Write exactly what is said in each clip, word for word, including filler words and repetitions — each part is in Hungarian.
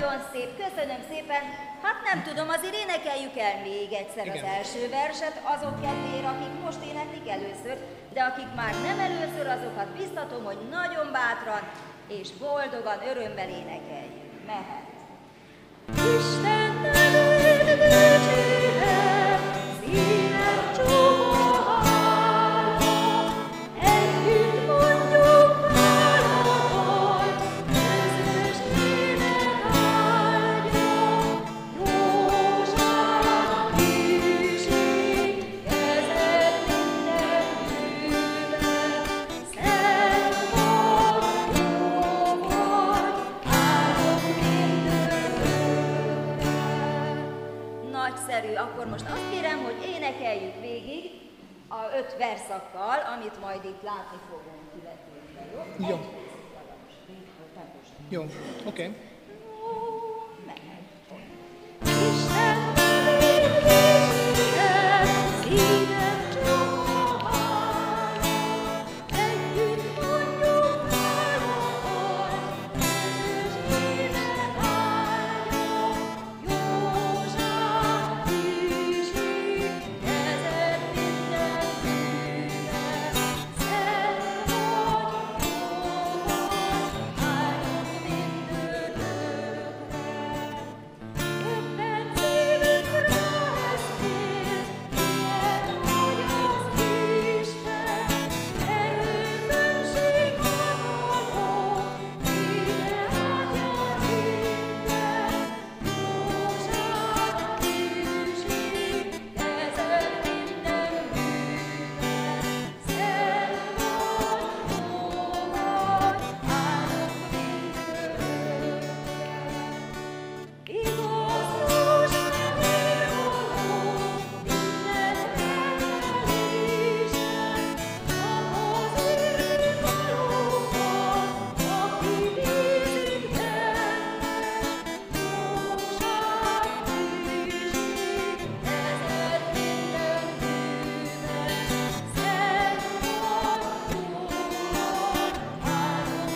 Nagyon szép, köszönöm szépen. Hát nem tudom, azért énekeljük el még egyszer Igen. az első verset, azok kedvére, akik most éneklik először, de akik már nem először, azokat biztatom, hogy nagyon bátran és boldogan, örömmel énekeljük. Mehet. Isten nevét dicsérem, szívem csókolja, együtt mondjuk vállalat, közös ének áldja, jóság, hűség, kezed minden bűnben, szent vagy, jó vagy, áldott mindörökre. Nagyszerű, akkor most azt kérem, hogy énekeljük végig a öt verszakkal, amit majd itt látni fogunk követően. Jó? Jó. Jó, oké. Okay. Isten nevét dicsérem, szívem csókolja, együtt mondjuk vállalat, közös ének áldja, jóság, hűség, kezed minden bűnben, szent vagy, jó vagy, áldott mindörökre. Többen szívünkre eszmél, ilyen nagy az Isten, erőbenség hatalom, ide áldja minden, jóság, hűség, kezed minden bűnben, szent vagy, jó vagy, áldott mindörökre. Igaz jóság irgalom, minden rendelésben, ahhoz érni valóban, aki bízik benne. Jóság, hűség, kezed minden bűnben, szent vagy, jó vagy, áldott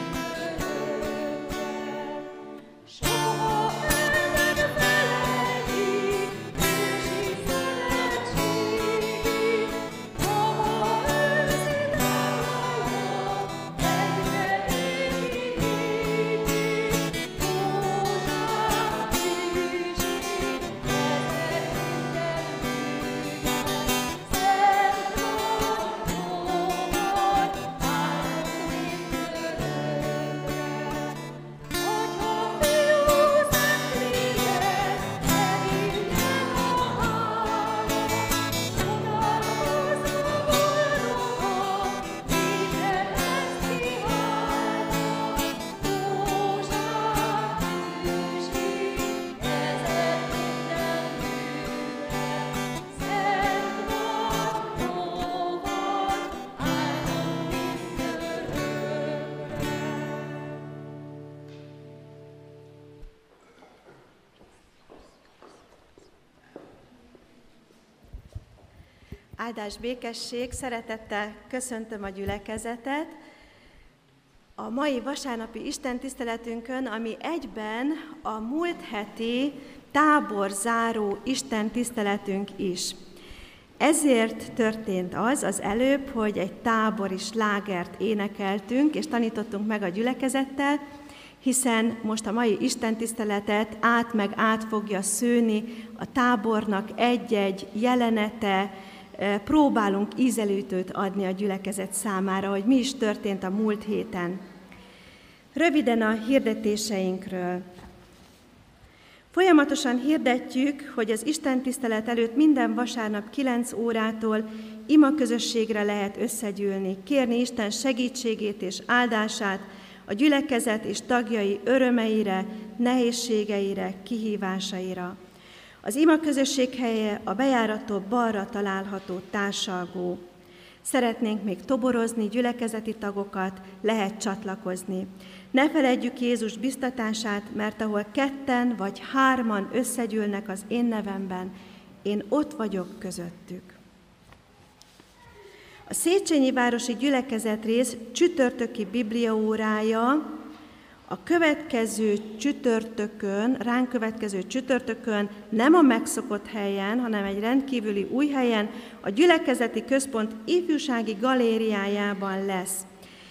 mindörökre. Soha el nem felejtik ősi szövetségét, ahol őszi távolja, egyre éli hitét. Jóság, hűség, kezed minden bűnben, szent vagy, jó vagy, áldott mindörökre. Atya, Fiú, Szentlélek, elhívják a hála, csodálkozó boldogan, végre lesz kiáltva. Jóság, hűség, kezed minden bűnben, szent vagy, jó vagy, áldott mindörökre. Áldás, békesség, szeretettel köszöntöm a gyülekezetet a mai vasárnapi istentiszteletünkön, ami egyben a múlt heti táborzáró istentiszteletünk is. Ezért történt az az előbb, hogy egy tábori slágert énekeltünk, és tanítottunk meg a gyülekezettel, hiszen most a mai istentiszteletet át meg át fogja szőni a tábornak egy-egy jelenete, próbálunk ízelítőt adni a gyülekezet számára, hogy mi is történt a múlt héten. Röviden a hirdetéseinkről. Folyamatosan hirdetjük, hogy az istentisztelet előtt minden vasárnap kilenc órától imaközösségre lehet összegyűlni, kérni Isten segítségét és áldását a gyülekezet és tagjai örömeire, nehézségeire, kihívásaira. Az imaközösség helye a bejárattól balra található társalgó. Szeretnénk még toborozni gyülekezeti tagokat, lehet csatlakozni. Ne feledjük Jézus biztatását, mert ahol ketten vagy hárman összegyűlnek az én nevemben, én ott vagyok közöttük. A Széchenyi városi gyülekezetrész csütörtöki bibliaórája A következő csütörtökön, ránk következő csütörtökön nem a megszokott helyen, hanem egy rendkívüli új helyen, a Gyülekezeti Központ ifjúsági galériájában lesz.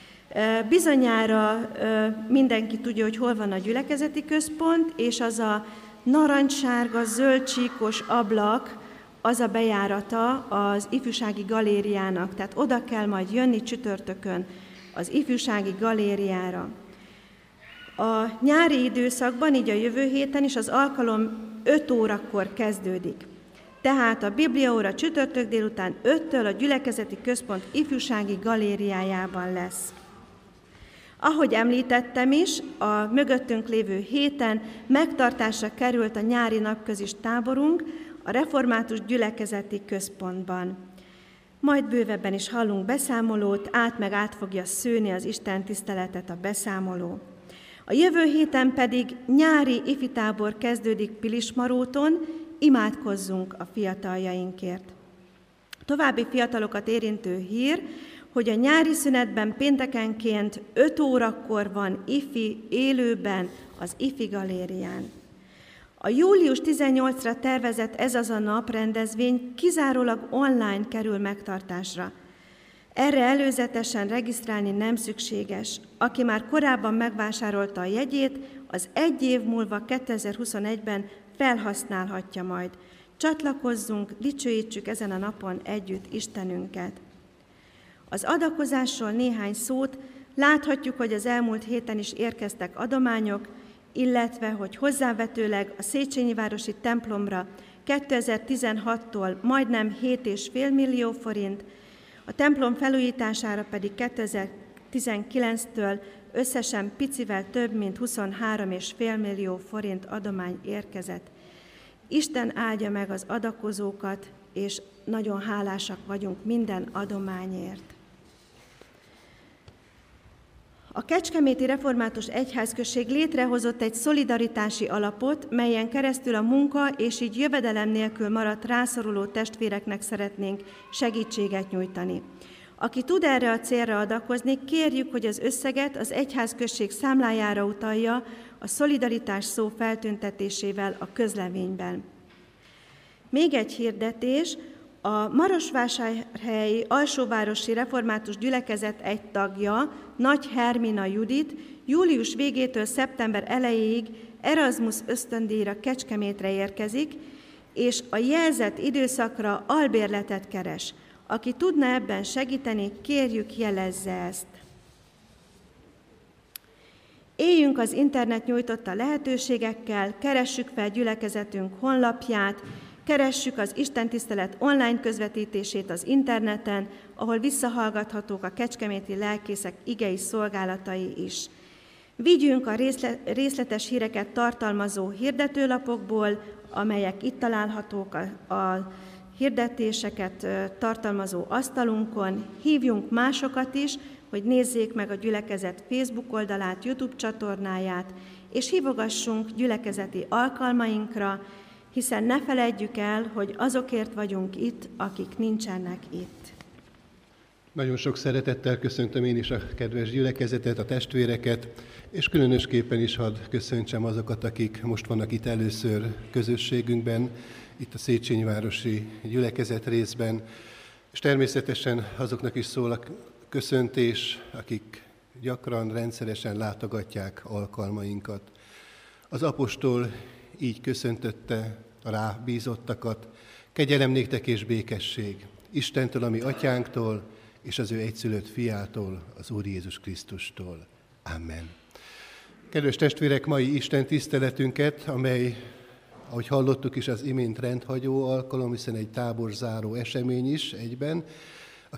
Bizonyára mindenki tudja, hogy hol van a Gyülekezeti Központ, és az a narancssárga, zöldcsíkos ablak, az a bejárata az ifjúsági galériának. Tehát oda kell majd jönni csütörtökön az ifjúsági galériára. A nyári időszakban, így a jövő héten is az alkalom öt órakor kezdődik. Tehát a bibliaóra csütörtök délután öttől a Gyülekezeti Központ ifjúsági galériájában lesz. Ahogy említettem is, a mögöttünk lévő héten megtartásra került a nyári napközis táborunk a Református Gyülekezeti Központban. Majd bővebben is hallunk beszámolót, át meg át fogja szőni az Isten tiszteletet a beszámoló. A jövő héten pedig nyári ifitábor kezdődik Pilismaróton, imádkozzunk a fiataljainkért. További fiatalokat érintő hír, hogy a nyári szünetben péntekenként öt órakor van ifi élőben az ifi galérián. A július tizennyolcadikára tervezett Ez az a nap rendezvény kizárólag online kerül megtartásra. Erre előzetesen regisztrálni nem szükséges. Aki már korábban megvásárolta a jegyét, az egy év múlva kétezer-huszonegyben felhasználhatja majd. Csatlakozzunk, dicsőítsük ezen a napon együtt Istenünket. Az adakozásról néhány szót. Láthatjuk, hogy az elmúlt héten is érkeztek adományok, illetve hogy hozzávetőleg a Széchenyi városi templomra kétezer-tizenhattól majdnem hét egész öt millió forint, a templom felújítására pedig kétezer-tizenkilenctől összesen picivel több mint huszonhárom egész öt millió forint adomány érkezett. Isten áldja meg az adakozókat, és nagyon hálásak vagyunk minden adományért. A Kecskeméti Református Egyházközség létrehozott egy szolidaritási alapot, melyen keresztül a munka és így jövedelem nélkül maradt rászoruló testvéreknek szeretnénk segítséget nyújtani. Aki tud erre a célra adakozni, kérjük, hogy az összeget az egyházközség számlájára utalja a szolidaritás szó feltüntetésével a közleményben. Még egy hirdetés, a Marosvásárhelyi Alsóvárosi Református Gyülekezet egy tagja, Nagy Hermina Judit július végétől szeptember elejéig Erasmus ösztöndíjra Kecskemétre érkezik, és a jelzett időszakra albérletet keres. Aki tudna ebben segíteni, kérjük, jelezze ezt. Éljünk az internet nyújtotta lehetőségekkel, keressük fel gyülekezetünk honlapját, keressük az istentisztelet online közvetítését az interneten, ahol visszahallgathatók a kecskeméti lelkészek igei szolgálatai is. Vigyünk a részletes híreket tartalmazó hirdetőlapokból, amelyek itt találhatók a, a hirdetéseket tartalmazó asztalunkon, hívjunk másokat is, hogy nézzék meg a gyülekezet Facebook oldalát, YouTube csatornáját, és hívogassunk gyülekezeti alkalmainkra, hiszen ne feledjük el, hogy azokért vagyunk itt, akik nincsenek itt. Nagyon sok szeretettel köszöntöm én is a kedves gyülekezetet, a testvéreket, és különösképpen is hadd köszöntsem azokat, akik most vannak itt először közösségünkben, itt a Széchenyvárosi gyülekezet részben, és természetesen azoknak is szól a köszöntés, akik gyakran, rendszeresen látogatják alkalmainkat. Az apostol így köszöntötte a rábízottakat: kegyelem néktek és békesség Istentől, ami atyánktól, és az ő egyszülött fiától, az Úr Jézus Krisztustól. Amen. Kedves testvérek, mai Isten tiszteletünket, amely, ahogy hallottuk is, az imént rendhagyó alkalom, hiszen egy táborzáró esemény is egyben, a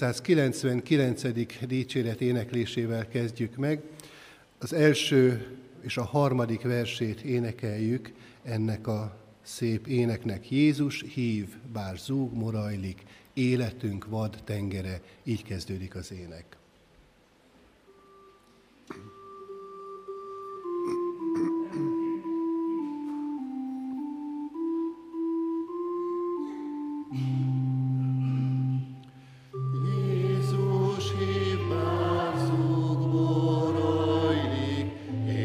kétszázkilencvenkilencedik dicséret éneklésével kezdjük meg. Az első és a harmadik versét énekeljük ennek a szép éneknek. Jézus hív, bár zúg morajlik, életünk vad tengere. Így kezdődik az ének. Jézus hív, bár zúg morajlik,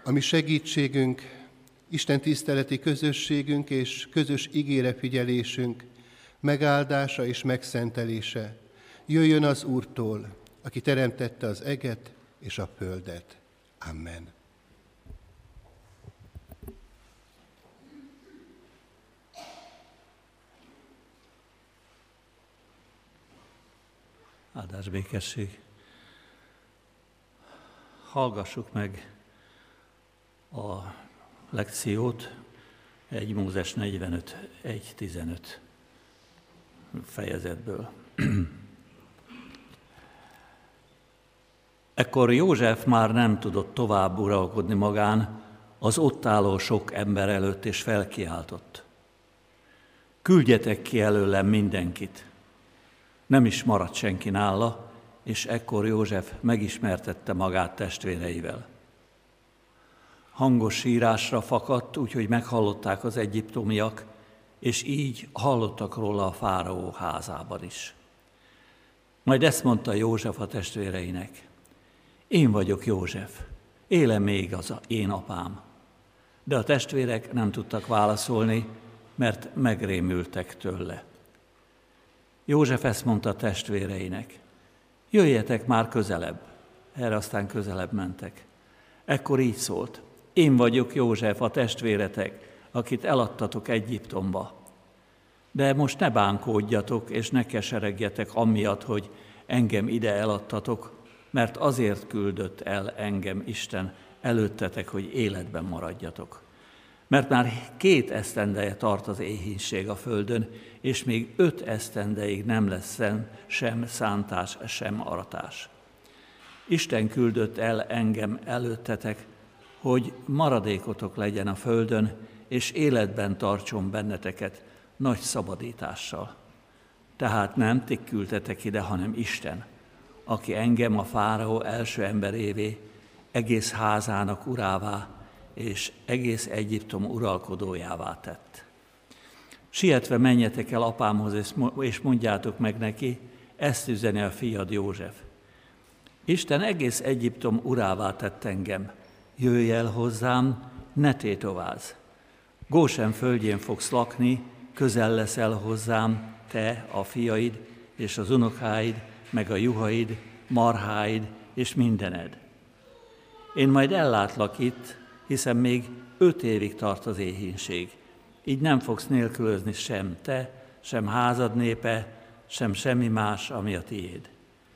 ami segítségünk, Isten tiszteleti közösségünk és közös igére figyelésünk, megáldása és megszentelése jöjjön az Úrtól, aki teremtette az eget és a földet. Amen. Áldás békesség. Hallgassuk meg a lekciót, egy Mózes negyvenöt, egy tizenöt fejezetből. Ekkor József már nem tudott tovább uralkodni magán az ott álló sok ember előtt, és felkiáltott: küldjetek ki előlem mindenkit! Nem is maradt senki nála, és ekkor József megismertette magát testvéreivel. Hangos sírásra fakadt, úgyhogy meghallották az egyiptomiak, és így hallottak róla a fáraó házában is. Majd ezt mondta József a testvéreinek: én vagyok József, éle még az én apám. De a testvérek nem tudtak válaszolni, mert megrémültek tőle. József ezt mondta a testvéreinek: jöjjetek már közelebb. Erre aztán közelebb mentek. Ekkor így szólt: én vagyok József, a testvéretek, akit eladtatok Egyiptomba. De most ne bánkódjatok, és ne keseregjetek amiatt, hogy engem ide eladtatok, mert azért küldött el engem Isten előttetek, hogy életben maradjatok. Mert már két esztendeje tart az éhínség a földön, és még öt esztendeig nem lesz sem szántás, sem aratás. Isten küldött el engem előttetek, hogy maradékotok legyen a földön, és életben tartson benneteket nagy szabadítással. Tehát nem ti küldtetek ide, hanem Isten, aki engem a fáraó első emberévé, egész házának urává, és egész Egyiptom uralkodójává tett. Sietve menjetek el apámhoz, és mondjátok meg neki, ezt üzeni a fiad József. Isten egész Egyiptom urává tett engem. Jöjj el hozzám, ne tétovázz. Gósen földjén fogsz lakni, közel leszel hozzám, te, a fiaid, és az unokáid, meg a juhaid, marháid, és mindened. Én majd ellátlak itt, hiszen még öt évig tart az éhínség. Így nem fogsz nélkülözni sem te, sem házad népe, sem semmi más, ami a tiéd.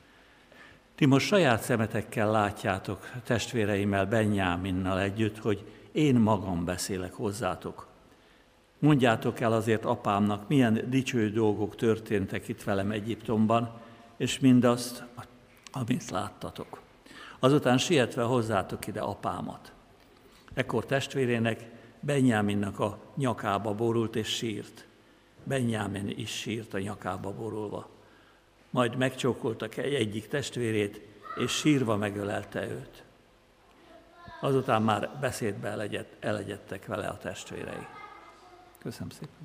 Ti most saját szemetekkel látjátok testvéreimmel, Benjáminnal együtt, hogy én magam beszélek hozzátok. Mondjátok el azért apámnak, milyen dicső dolgok történtek itt velem Egyiptomban, és mindazt, amit láttatok. Azután sietve hozzátok ide apámat. Ekkor testvérének, Benjáminnak a nyakába borult és sírt. Benjámin is sírt a nyakába borulva. Majd megcsókoltak egy egyik testvérét, és sírva megölelte őt. Azután már beszédbe elegyed, elegyedtek vele a testvérei. Köszönöm szépen.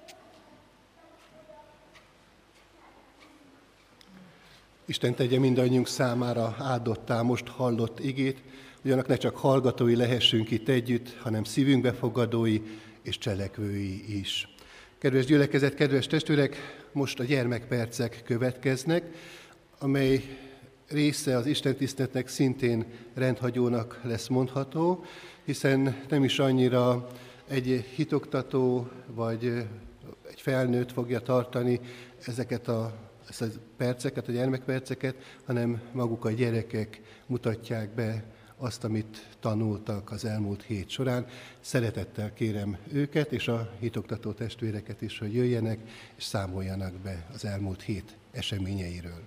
Isten tegye mindannyiunk számára áldottá most hallott igét, hogy annak ne csak hallgatói lehessünk itt együtt, hanem szívünkbe fogadói és cselekvői is. Kedves gyülekezet, kedves testvérek, most a gyermekpercek következnek, amely része az istentiszteletnek szintén rendhagyónak lesz mondható, hiszen nem is annyira egy hitoktató vagy egy felnőtt fogja tartani ezeket a, ezt a perceket, a gyermekperceket, hanem maguk a gyerekek mutatják be azt, amit tanultak az elmúlt hét során. Szeretettel kérem őket és a hitoktató testvéreket is, hogy jöjjenek és számoljanak be az elmúlt hét eseményeiről.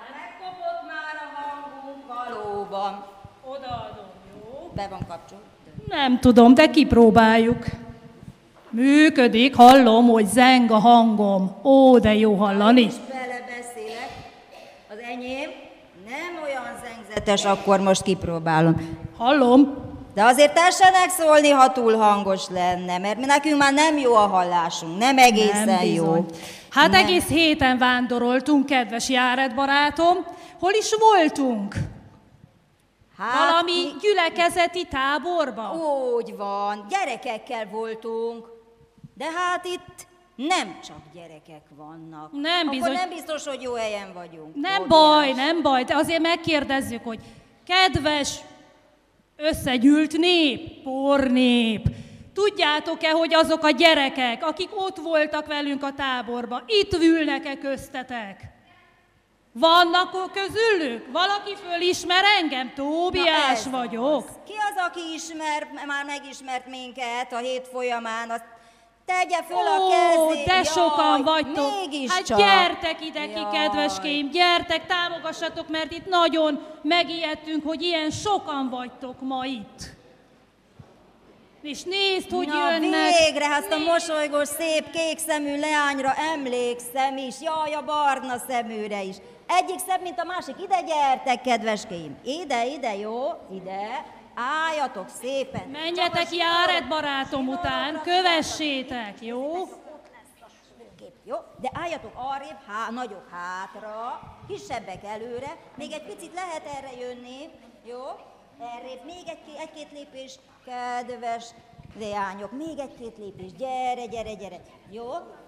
Odaadom, jó? Be van kapcsolva. Nem tudom, de kipróbáljuk. Működik, hallom, hogy zeng a hangom. Ó, de jó hallani. És belebeszélek. Az enyém nem olyan zengzetes, akkor most kipróbálom. Hallom. De azért tessenek szólni, ha túl hangos lenne, mert mi nekünk már nem jó a hallásunk, nem egészen Nem jó. bizony. Hát Nem. egész héten vándoroltunk, kedves Járed barátom. Hol is voltunk? Hát, Valami mi- gyülekezeti táborban? Úgy van, gyerekekkel voltunk, de hát itt nem csak gyerekek vannak. Nem Akkor bizony. nem biztos, hogy jó helyen vagyunk. Nem Óriás. baj, nem baj, de azért megkérdezzük, hogy kedves összegyűlt nép, pornép, tudjátok-e, hogy azok a gyerekek, akik ott voltak velünk a táborban, itt ülnek-e köztetek? Vannak ott közülük? Valaki fölismer engem? Na Tóbiás ez vagyok. az. Ki az, aki ismer, már megismert minket a hét folyamán? Azt tegye föl a Ó, kezét. de Jaj, sokan vagytok. Mégis Hát csak. gyertek ide ki, Jaj. kedveskéim, gyertek, támogassatok, mert itt nagyon megijedtünk, hogy ilyen sokan vagytok ma itt. És nézd, hogy Na jönnek. végre, azt a mosolygós, szép, kék szemű leányra emlékszem is. Jaj, a barna szeműre is. Egyik szebb, mint a másik. Ide gyertek, kedveskéim. Ide, ide, jó? Ide. Álljatok szépen. Menjetek Csak a Járed zsinór- barátom után, zsinórra kövessétek, jó? Ott lesz a kép, jó? De álljatok arrébb, há, nagyobb hátra, kisebbek előre. Még egy picit lehet erre jönni, jó? Errébb, még egy, egy-két lépés, kedves leányok, még egy-két lépés, gyere, gyere, gyere, jó?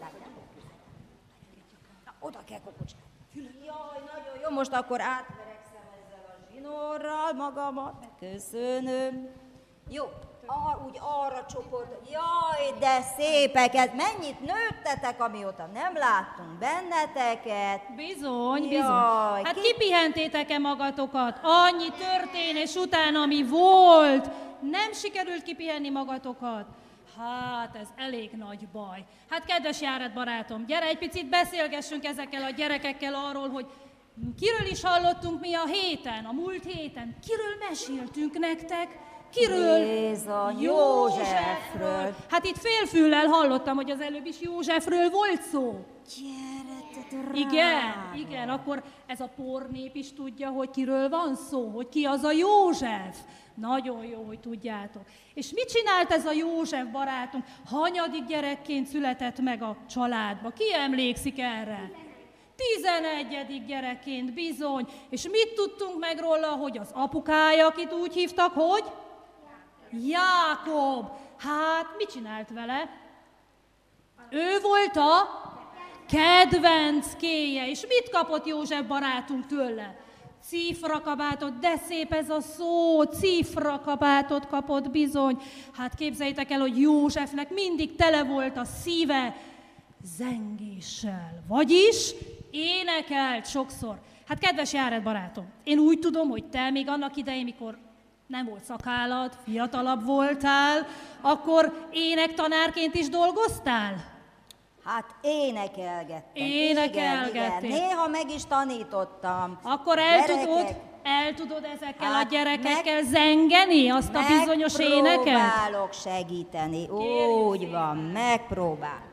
Na, oda kell kopocsálni. Jaj, nagyon jó, most akkor átverekszem ezzel a zsinórral magamat, köszönöm. Jó, ah, úgy arra csoport, jaj, de szépeket, mennyit nőttetek, amióta nem láttunk benneteket. Bizony, bizony. Jaj, Hát ki- kipihentétek-e magatokat? Annyi történés után, ami volt, nem sikerült kipihenni magatokat? Hát, ez elég nagy baj. Hát, kedves Járed barátom, gyere egy picit beszélgessünk ezekkel a gyerekekkel arról, hogy kiről is hallottunk mi a héten, a múlt héten. Kiről meséltünk nektek? Kiről? Bizony, Józsefről. Hát itt félfüllel hallottam, hogy az előbb is Józsefről volt szó. Gyere, te drága. Igen, igen, akkor ez a pornép is tudja, hogy kiről van szó, hogy ki az a József. Nagyon jó, hogy tudjátok. És mit csinált ez a József barátunk? Hanyadik gyerekként született meg a családba? Ki emlékszik erre? Tizenegyedik gyerekként, bizony. És mit tudtunk meg róla, hogy az apukája, akit úgy hívtak, hogy? Jákob. Hát, mit csinált vele? Ő volt a kedvenckéje. És mit kapott József barátunk tőle? Cifrakabátot, de szép ez a szó, cifrakabátot kapott bizony. Hát képzeljétek el, hogy Józsefnek mindig tele volt a szíve zengéssel, vagyis énekelt sokszor. Hát kedves Járed barátom, én úgy tudom, hogy te még annak idején, mikor nem volt szakállad, fiatalabb voltál, akkor énektanárként is dolgoztál? Hát énekelgettem. Énekelgettél. Igen, igen. Néha meg is tanítottam. Akkor el Gyerekek, tudod, el tudod ezekkel Hát a gyerekekkel meg- zengeni azt a bizonyos éneket? Megpróbálok segíteni. Kérjük Úgy van, megpróbál.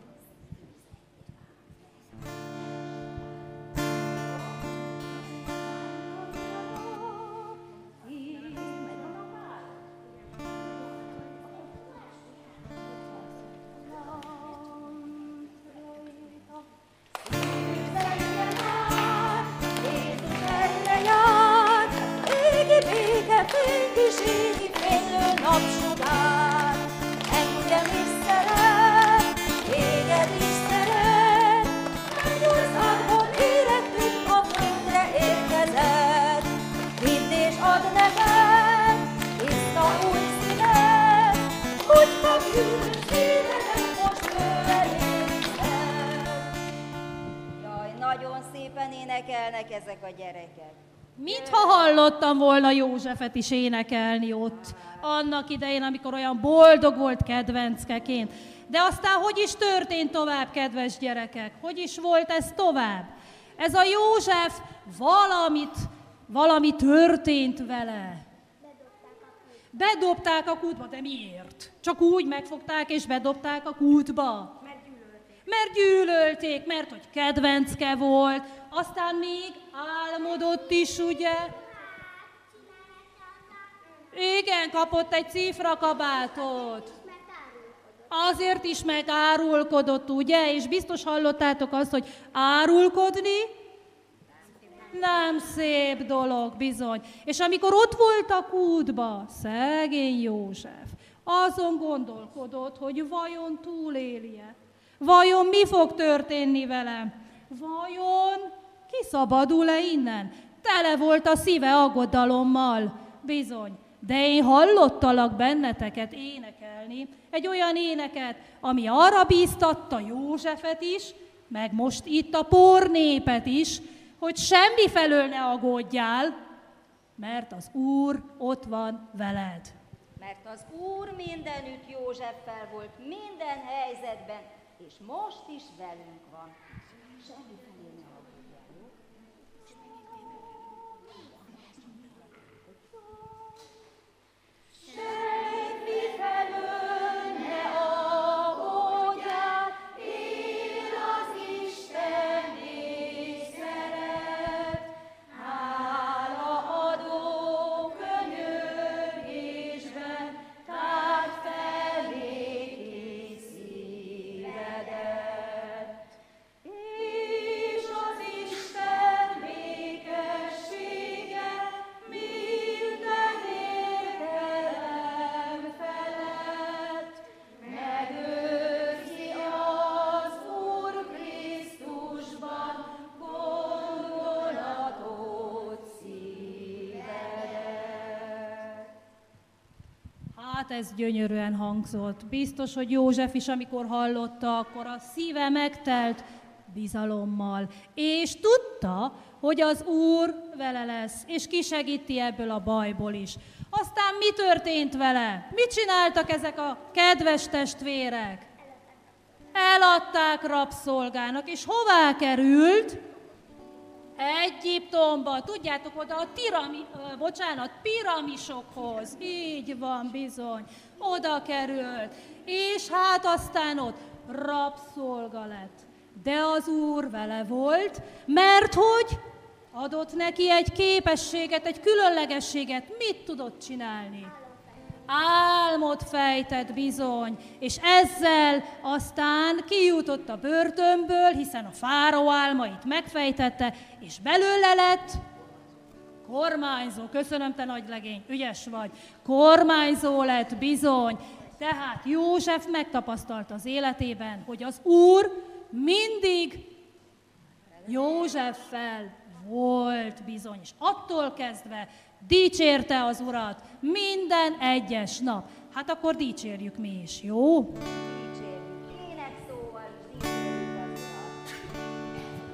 Jaj, nagyon szépen énekelnek ezek a gyerekek. Mintha hallottam volna Józsefet is énekelni ott, annak idején, amikor olyan boldog volt kedvenckeként. De aztán hogy is történt tovább, kedves gyerekek? Hogy is volt ez tovább? Ez a József valamit, valami történt vele. Bedobták a kútba, de miért? Csak úgy megfogták és bedobták a kútba? Mert gyűlölték. Mert gyűlölték, mert hogy kedvencke volt, aztán még álmodott is, ugye? Igen, kapott egy cifrakabátot. Azért is megárulkodott, ugye? És biztos hallottátok azt, hogy árulkodni nem szép dolog, bizony. És amikor ott volt a kútba, szegény József azon gondolkodott, hogy vajon túlélje, vajon mi fog történni vele, vajon kiszabadul-e innen. Tele volt a szíve aggodalommal, bizony. De én hallottalak benneteket énekelni, egy olyan éneket, ami arra bíztatta Józsefet is, meg most itt a pornépet is, hogy semmi felől ne aggódjál, mert az Úr ott van veled. Mert az Úr mindenütt Józseffel volt, minden helyzetben, és most is velünk van. Semmi felől ne aggódjál, jó? Semmi felől ne aggódjál, él az Isten és szeret, hálaadó könyörgésben tárd fel néki szívedet. És az Isten békessége minden értelem felett megőrzi az Úr Krisztusban gondolatot szívedet. Hát ez gyönyörűen hangzott. Biztos, hogy József is, amikor hallotta, akkor a szíve megtelt bizalommal. És tudta, hogy az Úr vele lesz, és kisegíti ebből a bajból is. Aztán mi történt vele? Mit csináltak ezek a kedves testvérek? Eladták rabszolgának, és hová került? Egyiptomba, tudjátok, oda a tirami, ö, bocsánat, piramisokhoz, így van bizony, oda került, és hát aztán ott rabszolga lett. De az Úr vele volt, mert hogy adott neki egy képességet, egy különlegességet, mit tudott csinálni? Álmot fejtett bizony, és ezzel aztán kijutott a börtönből, hiszen a fáraó álmait megfejtette, és belőle lett kormányzó. Köszönöm, te nagylegény, ügyes vagy. Kormányzó lett bizony. Tehát József megtapasztalta az életében, hogy az Úr mindig Józseffel volt bizony, és attól kezdve dicsérte az Urat minden egyes nap. Hát akkor dicsérjük mi is, jó? Dicsérjük énekszóval, és dicsérjük az Urat.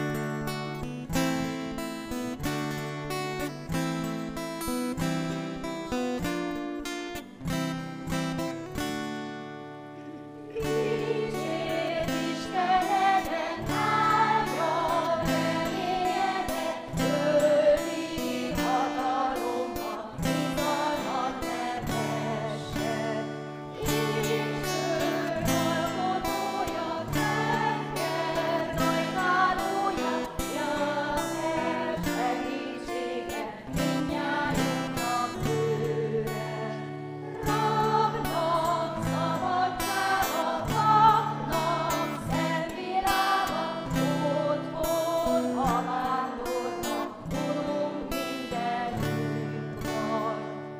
Dicsérd Istenedet, áldja reményedet, tőli hatalomban bizalmat ne vessed. Isten alkotója, tenger rajkálója, Jáher segítsége, mindnyájunknak őre. Rabnak szabadsága, vaknak szemvilága, otthon a vándornak, Urunk mindenütt van.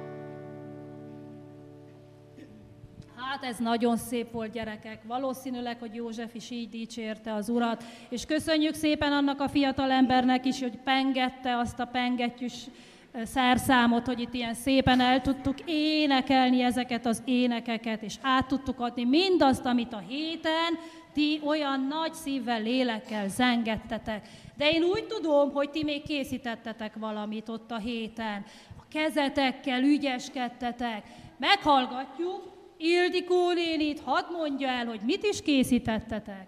Hát ez nagyon szép volt, gyerekek. Valószínűleg, hogy József is így dicsérte az Urat. És köszönjük szépen annak a fiatal embernek is, hogy pengette azt a pengettyűs ö, szerszámot, hogy itt ilyen szépen el tudtuk énekelni ezeket az énekeket, és át tudtuk adni mindazt, amit a héten ti olyan nagy szívvel, lélekkel zengettetek. De én úgy tudom, hogy ti még készítettetek valamit ott a héten. A kezetekkel ügyeskedtetek. Meghallgatjuk Ildikó nénit, hadd mondja el, hogy mit is készítettetek.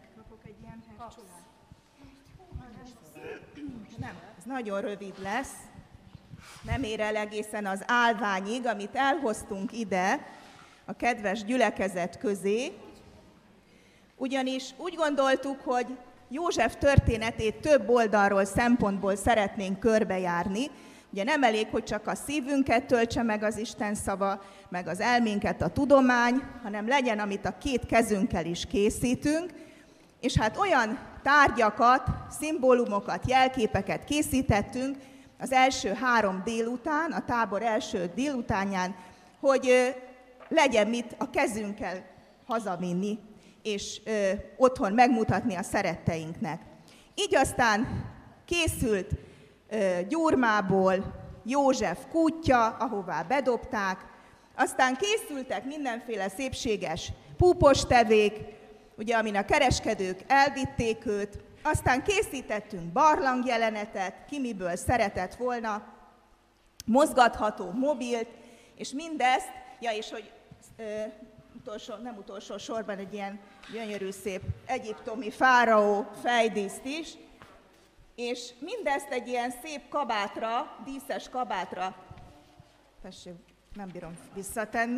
Nem, ez nagyon rövid lesz. nem ér el egészen az állványig, amit elhoztunk ide a kedves gyülekezet közé, ugyanis úgy gondoltuk, hogy József történetét több oldalról, szempontból szeretnénk körbejárni. Ugye nem elég, hogy csak a szívünket töltse meg az Isten szava, meg az elménket a tudomány, hanem legyen, amit a két kezünkkel is készítünk, és hát olyan tárgyakat, szimbólumokat, jelképeket készítettünk az első három délután, a tábor első délutánján, hogy legyen mit a kezünkkel hazavinni, és ö, otthon megmutatni a szeretteinknek. Így aztán készült ö, Gyurmából József kútja, ahová bedobták, aztán készültek mindenféle szépséges púpostevék, ugye, amin a kereskedők elvitték őt, aztán készítettünk barlangjelenetet, ki miből szeretett volna, mozgatható mobilt, és mindezt, ja, és hogy ö, utolsó, nem utolsó sorban egy ilyen gyönyörű szép egyiptomi fáraó fejdíszt is, és mindezt egy ilyen szép kabátra, díszes kabátra, tessék, nem bírom visszatenni,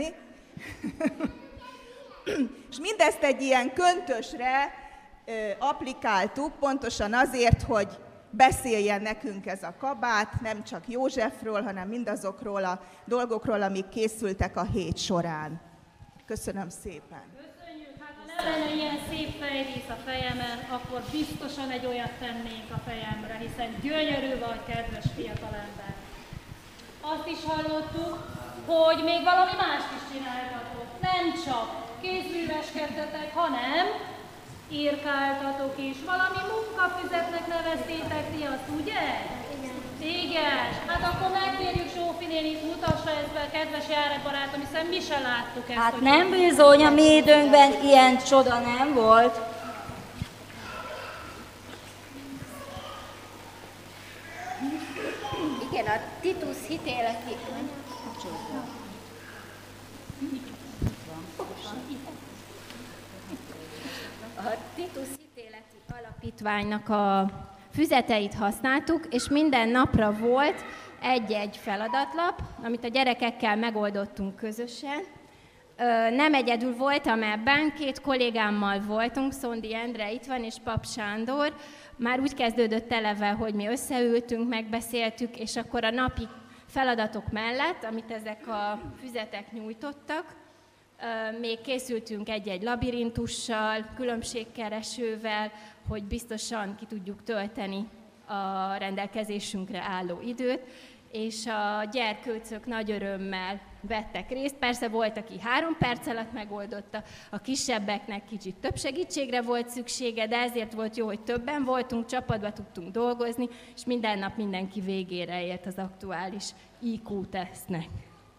és mindezt egy ilyen köntösre ö, applikáltuk, pontosan azért, hogy beszéljen nekünk ez a kabát, nem csak Józsefről, hanem mindazokról a dolgokról, amik készültek a hét során. Köszönöm szépen! Köszönjük! Hát ha nem lenne ilyen szép fejdísz a fejemen, akkor biztosan egy olyat tennénk a fejemre, hiszen gyönyörű vagy, kedves fiatalember. Azt is hallottuk, hogy még valami mást is csináltatok. Nem csak kézműveskedtetek, hanem írkáltatok is. Valami munkafüzetnek neveztétek ti azt, ugye? Igen. Igen. Hát akkor megkérjük Zsófi nénit, mutassa ezt be, kedves járatbarátom, hiszen mi se láttuk ezt. Hát nem bizony, a mi időnkben ilyen csoda nem volt. Igen, a Titus hitéleti... A Titus hitéleti alapítványnak a füzeteit használtuk, és minden napra volt egy-egy feladatlap, amit a gyerekekkel megoldottunk közösen. Nem egyedül voltam ebben, két kollégámmal voltunk, Szondi Endre itt van, és Pap Sándor. Már úgy kezdődött eleve, hogy mi összeültünk, megbeszéltük, és akkor a napi feladatok mellett, amit ezek a füzetek nyújtottak, még készültünk egy-egy labirintussal, különbségkeresővel, hogy biztosan ki tudjuk tölteni a rendelkezésünkre álló időt, és a gyerkőcök nagy örömmel vettek részt. Persze volt, aki három perc alatt megoldotta, a kisebbeknek kicsit több segítségre volt szüksége, de ezért volt jó, hogy többen voltunk, csapatba tudtunk dolgozni, és minden nap mindenki végére ért az aktuális I Q-tesztnek.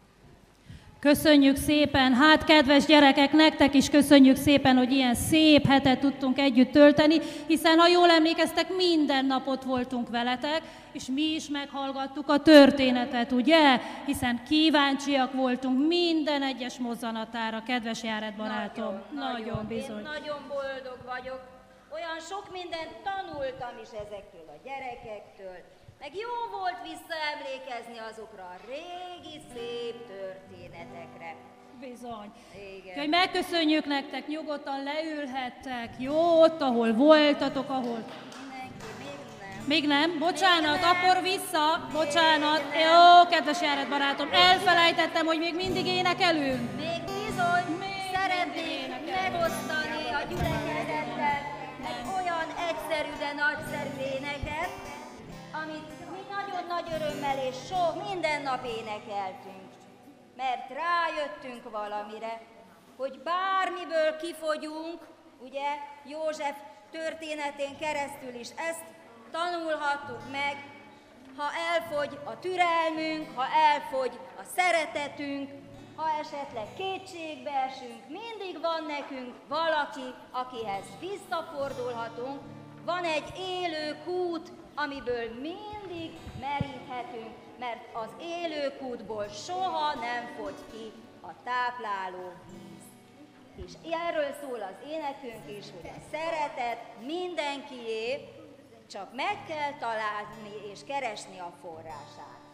Köszönjük szépen! Hát, kedves gyerekek, nektek is köszönjük szépen, hogy ilyen szép hetet tudtunk együtt tölteni, hiszen, ha jól emlékeztek, minden nap ott voltunk veletek, és mi is meghallgattuk a történetet, ugye? Hiszen kíváncsiak voltunk minden egyes mozzanatára, kedves járatbarátom. Nagyon, nagyon, nagyon bizony. Én nagyon boldog vagyok. Olyan sok mindent tanultam is ezektől a gyerekektől. Meg jó volt visszaemlékezni azokra a régi, szép történetekre. Bizony. Igen. Úgyhogy megköszönjük nektek, nyugodtan leülhettek, jó, ott, ahol voltatok, ahol... Mindenki, még nem. Még nem? Bocsánat, Még nem. akkor vissza, bocsánat. Jó, kedves járatbarátom, elfelejtettem, hogy még mindig énekelünk. Még bizony, Még szeretnék mindig megosztani a gyülekezettel egy olyan egyszerű, de nagyszerű éneket, amit mi nagyon nagy örömmel és sok minden nap énekeltünk. Mert rájöttünk valamire, hogy bármiből kifogyunk, ugye József történetén keresztül is ezt tanulhattuk meg, ha elfogy a türelmünk, ha elfogy a szeretetünk, ha esetleg kétségbe esünk, mindig van nekünk valaki, akihez visszafordulhatunk, van egy élő kút, amiből mindig meríthetünk, mert az élőkútból soha nem fogy ki a tápláló víz. És erről szól az énekünk is, hogy a szeretet mindenkié, csak meg kell találni és keresni a forrását.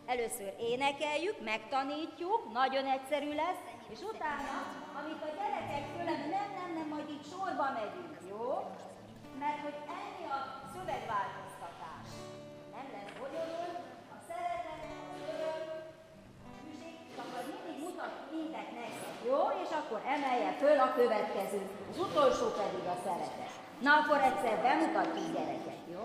Először énekeljük, megtanítjuk, nagyon egyszerű lesz, és utána, amit a gyerekek tőle, nem, nem, nem, majd így sorba megyünk, jó? Mert hogy ennyi a szövegváltoztatás. Nem lesz bonyolult, a szeretet, az öröm, a hűség, csak az mindig mutat minket nektek, jó? És akkor emelje föl a következő, az utolsó pedig a szeretet. Na akkor egyszer bemutatjuk gyerekek, jó?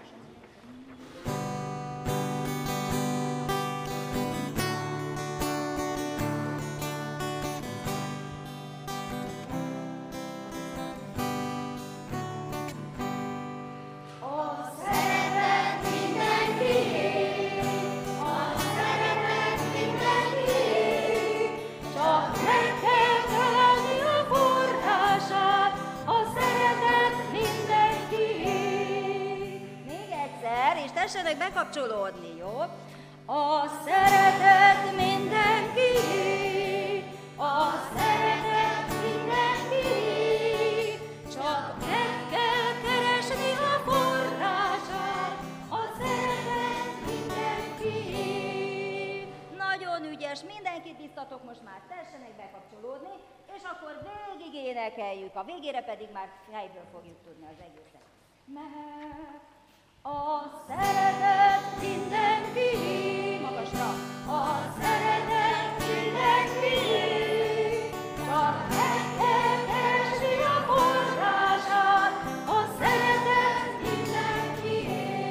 Tessenek bekapcsolódni, jó? A szeretet mindenki, a szeretet mindenki, csak meg kell keresni a forrását, a szeretet mindenki. Nagyon ügyes, mindenkit biztatok most már, tessenek bekapcsolódni, és akkor végig énekeljük, a végére pedig már helyből fogjuk tudni az egészet. Mert a szeretet mindenki, magasra, a szeretet mindenki, csak meg kell keresni a forrását, a szeretet mindenki,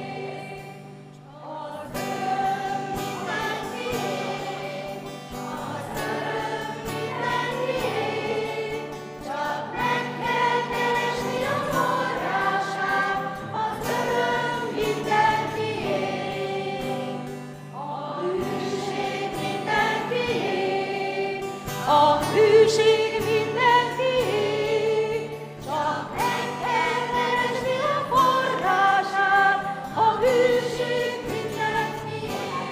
az öröm mindenki, az öröm mindenki, csak meg kell keresni a forrását, az öröm mindenki, a hűség mindenki, a hűség mindenki, csak meg kell keresni a forrását, a hűség mindenki,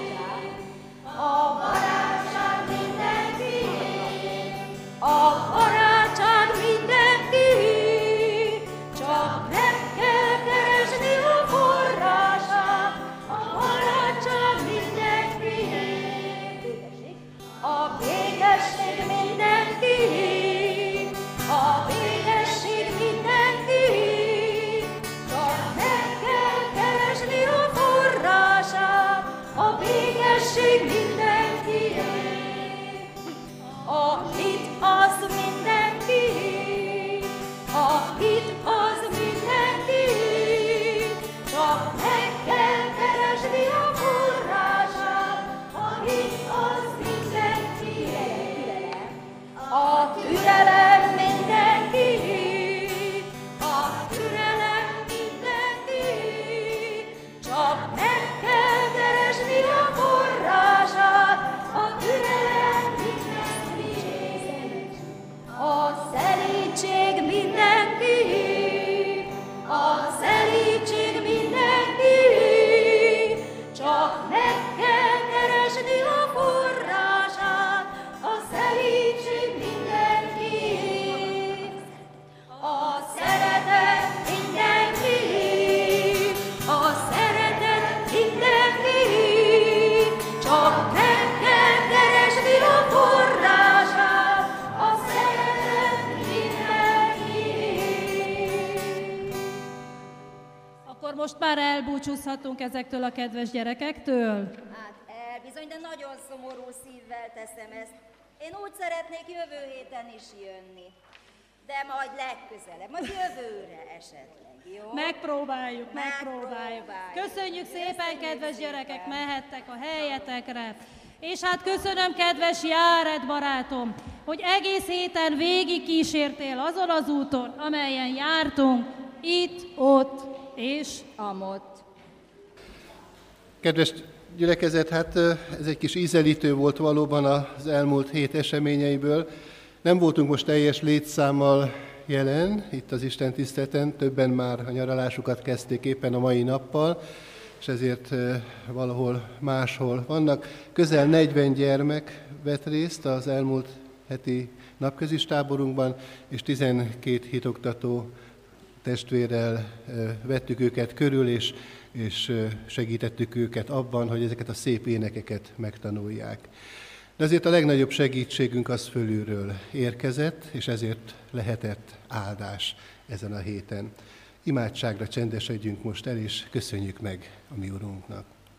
a barátság mindenki, a barátság mindenki, csak meg kell keresni a forrását, a barátság mindenki, a békesség mindenki, a békesség mindenki, csak meg kell keresni a forrását, a békesség mindenki, a hit az mindenki, a hit az mindenki, csak meg kell keresni a forrását, a hit az mindenki, a türelem mindenki, a türelem mindenki, csak meg kell keresni a forrását, a türelem mindenki, a szelídség mindenki, a szelídség mindenki, csak meg kell keresni a forrását, a szelídség mindenki, a szeretet mindenki, a szeretet mindenki, csak meg kell keresni a forrását, a szeretet mindenki. Akkor most már elbúcsúzhatunk ezektől a kedves gyerekektől? Hát el, bizony, de nagyon szomorú szívvel teszem ezt. Én úgy szeretnék jövő héten is jönni. De majd legközelebb, majd jövőre esetleg, jó? Megpróbáljuk, megpróbáljuk. Megpróbáljuk. Köszönjük szépen, Köszönjük kedves szépen. gyerekek, mehettek a helyetekre. És hát köszönöm, kedves Járed barátom, hogy egész héten végig kísértél azon az úton, amelyen jártunk, itt, ott és Amott. Kedves gyülekezet, hát ez egy kis ízelítő volt valóban az elmúlt hét eseményeiből. Nem voltunk most teljes létszámmal jelen itt az istentiszteleten, többen már a nyaralásukat kezdték éppen a mai nappal, és ezért valahol máshol vannak. Közel negyven gyermek vett részt az elmúlt heti napközis táborunkban, és tizenkét hitoktató testvérrel vettük őket körül, és és segítettük őket abban, hogy ezeket a szép énekeket megtanulják. De azért a legnagyobb segítségünk az fölülről érkezett, és ezért lehetett áldás ezen a héten. Imádságra csendesedjünk most el, és köszönjük meg a mi Urunknak.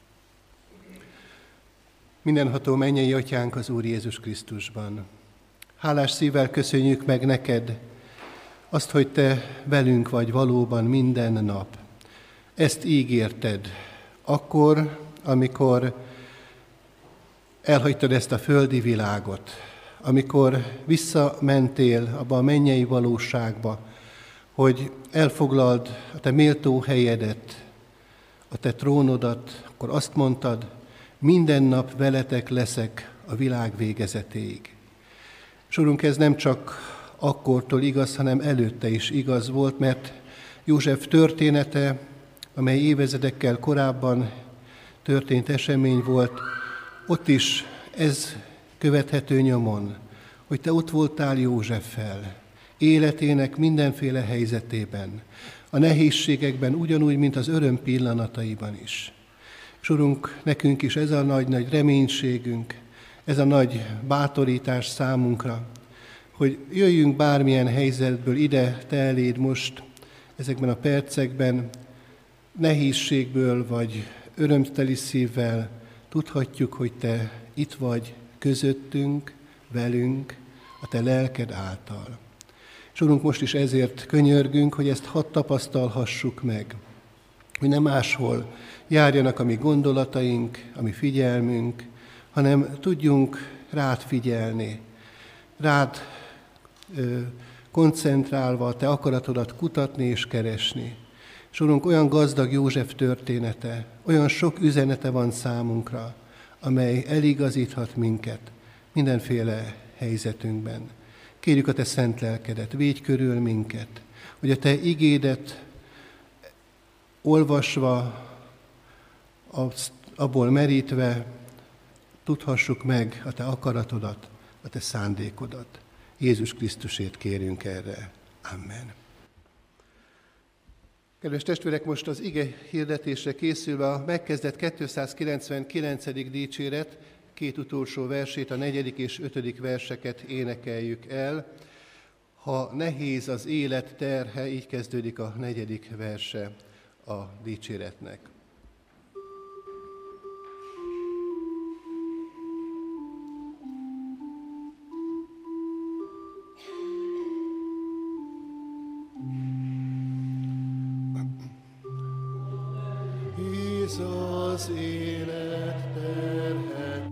Mindenható mennyei Atyánk az Úr Jézus Krisztusban. Hálás szívvel köszönjük meg neked azt, hogy te velünk vagy valóban minden nap. Ezt ígérted akkor, amikor elhagytad ezt a földi világot, amikor visszamentél abba a mennyei valóságba, hogy elfoglald a te méltó helyedet, a te trónodat, akkor azt mondtad, minden nap veletek leszek a világ végezetéig. És Urunk, ez nem csak akkortól igaz, hanem előtte is igaz volt, mert József története, amely évezredekkel korábban történt esemény volt, ott is ez követhető nyomon, hogy te ott voltál Józseffel, életének mindenféle helyzetében, a nehézségekben ugyanúgy, mint az öröm pillanataiban is. És Urunk, nekünk is ez a nagy-nagy reménységünk, ez a nagy bátorítás számunkra, hogy jöjjünk bármilyen helyzetből ide, te eléd most, ezekben a percekben, nehézségből vagy örömteli szívvel tudhatjuk, hogy te itt vagy közöttünk, velünk, a te lelked által. És Urunk, most is ezért könyörgünk, hogy ezt hadd tapasztalhassuk meg, hogy nem máshol járjanak a mi gondolataink, a mi figyelmünk, hanem tudjunk rád figyelni, rád ö, koncentrálva a te akaratodat kutatni és keresni. És Urunk, olyan gazdag József története, olyan sok üzenete van számunkra, amely eligazíthat minket mindenféle helyzetünkben. Kérjük a te szent lelkedet, védj körül minket, hogy a te igédet olvasva, abból merítve tudhassuk meg a te akaratodat, a te szándékodat. Jézus Krisztusért kérünk erre. Amen. Kedves testvérek, most az ige hirdetésre készülve a megkezdett kétszázkilencvenkilencedik dicséret két utolsó versét, a negyedik és ötödik verseket énekeljük el. Ha nehéz az élet terhe, így kezdődik a negyedik verse a dicséretnek. Nehéz az élet terhe,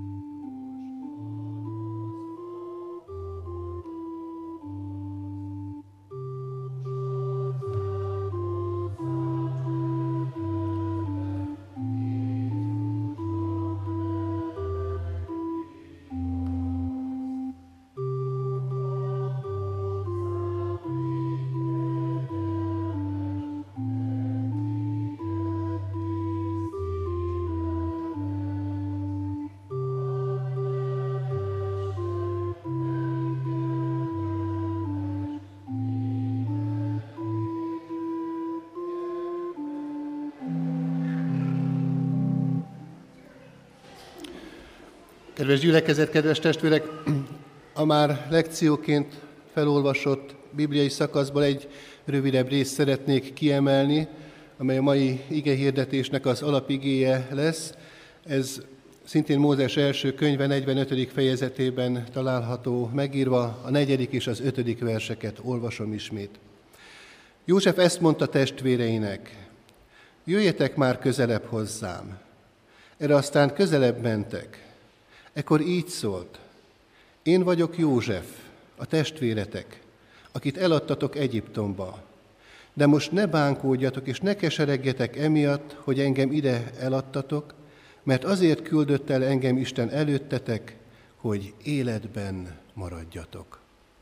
Kedves gyülekezet, kedves testvérek, a már lekcióként felolvasott bibliai szakaszból egy rövidebb részt szeretnék kiemelni, amely a mai igehirdetésnek az alapigéje lesz. Ez szintén Mózes első könyve negyvenötödik fejezetében található megírva, a negyedik és az ötödik verseket olvasom ismét. József ezt mondta testvéreinek, jöjjetek már közelebb hozzám. Erre aztán közelebb mentek. Ekkor így szólt, én vagyok József, a testvéretek, akit eladtatok Egyiptomba. De most ne bánkódjatok és ne keseregjetek emiatt, hogy engem ide eladtatok, mert azért küldött el engem Isten előttetek, hogy életben maradjatok.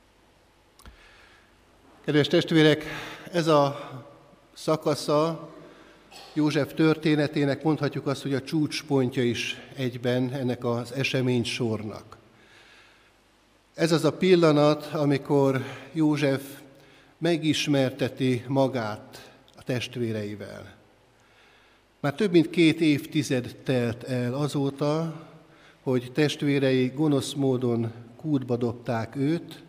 Kedves testvérek, ez a szakasza József történetének mondhatjuk azt, hogy a csúcspontja is egyben ennek az esemény sornak. Ez az a pillanat, amikor József megismerteti magát a testvéreivel. Már több mint két évtized telt el azóta, hogy testvérei gonosz módon kútba dobták őt,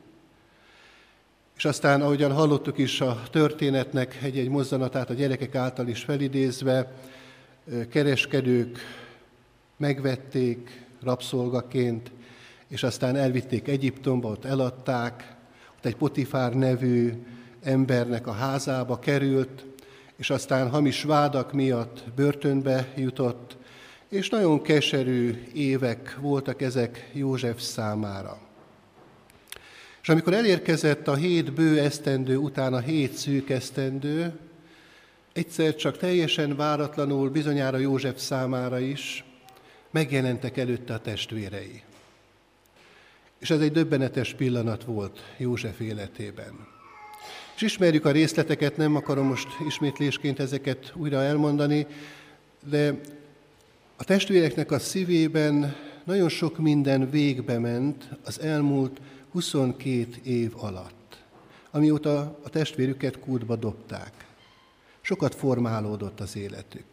és aztán, ahogyan hallottuk is a történetnek egy-egy mozzanatát a gyerekek által is felidézve, kereskedők megvették rabszolgaként, és aztán elvitték Egyiptomba, ott eladták, ott egy Potifár nevű embernek a házába került, és aztán hamis vádak miatt börtönbe jutott, és nagyon keserű évek voltak ezek József számára. És amikor elérkezett a hét bő esztendő után a hét szűk esztendő, egyszer csak teljesen váratlanul, bizonyára József számára is, megjelentek előtte a testvérei. És ez egy döbbenetes pillanat volt József életében. És ismerjük a részleteket, nem akarom most ismétlésként ezeket újra elmondani, de a testvéreknek a szívében nagyon sok minden végbe ment az elmúlt huszonkét év alatt, amióta a testvérüket kútba dobták. Sokat formálódott az életük.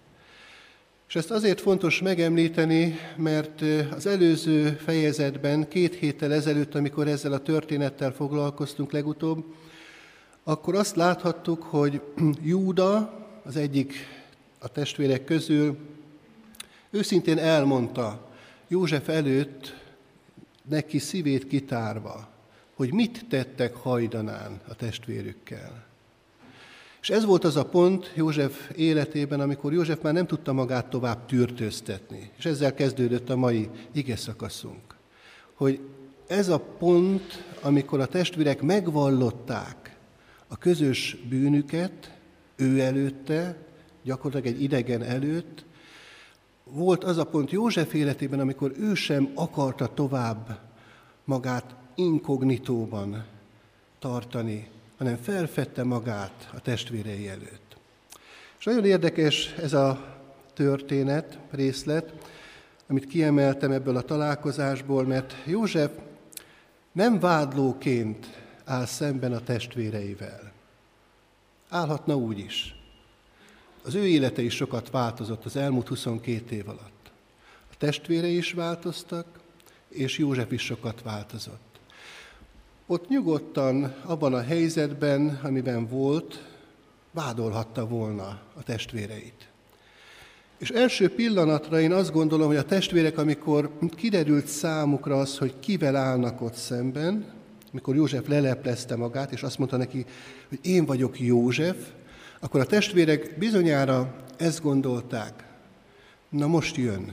És ezt azért fontos megemlíteni, mert az előző fejezetben, két héttel ezelőtt, amikor ezzel a történettel foglalkoztunk legutóbb, akkor azt láthattuk, hogy Júda, az egyik a testvérek közül, őszintén elmondta József előtt, neki szívét kitárva, hogy mit tettek hajdanán a testvérükkel. És ez volt az a pont József életében, amikor József már nem tudta magát tovább tűrtőztetni. És ezzel kezdődött a mai igeszakaszunk. Hogy ez a pont, amikor a testvérek megvallották a közös bűnüket, ő előtte, gyakorlatilag egy idegen előtt, volt az a pont József életében, amikor ő sem akarta tovább magát inkognitóban tartani, hanem felfedte magát a testvérei előtt. És nagyon érdekes ez a történet, részlet, amit kiemeltem ebből a találkozásból, mert József nem vádlóként áll szemben a testvéreivel. Állhatna úgy is. Az ő élete is sokat változott az elmúlt huszonkét év alatt. A testvérei is változtak, és József is sokat változott. Ott nyugodtan, abban a helyzetben, amiben volt, vádolhatta volna a testvéreit. És első pillanatra én azt gondolom, hogy a testvérek, amikor kiderült számukra az, hogy kivel állnak ott szemben, amikor József leleplezte magát, és azt mondta neki, hogy én vagyok József, akkor a testvérek bizonyára ezt gondolták, na most jön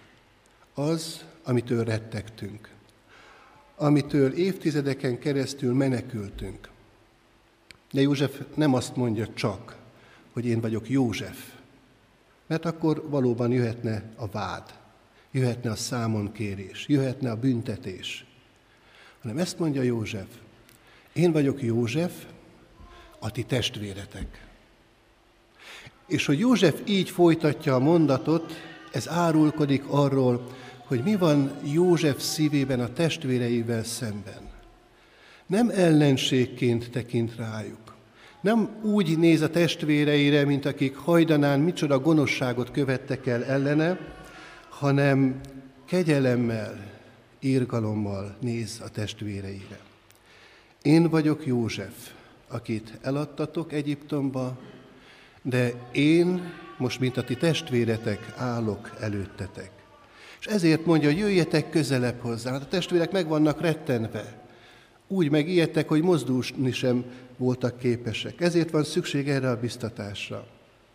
az, amitől rettegtünk, amitől évtizedeken keresztül menekültünk. De József nem azt mondja csak, hogy én vagyok József, mert akkor valóban jöhetne a vád, jöhetne a számonkérés, jöhetne a büntetés. Hanem ezt mondja József, én vagyok József, a ti testvéretek. És hogy József így folytatja a mondatot, ez árulkodik arról, hogy mi van József szívében a testvéreivel szemben. Nem ellenségként tekint rájuk. Nem úgy néz a testvéreire, mint akik hajdanán micsoda gonoszságot követtek el ellene, hanem kegyelemmel, irgalommal néz a testvéreire. Én vagyok József, akit eladtatok Egyiptomba, de én most, mint a ti testvéretek, állok előttetek. És ezért mondja, hogy jöjjetek közelebb hozzá. Hát a testvérek meg vannak rettenve. Úgy megijedtek, hogy mozdulni sem voltak képesek. Ezért van szükség erre a biztatásra.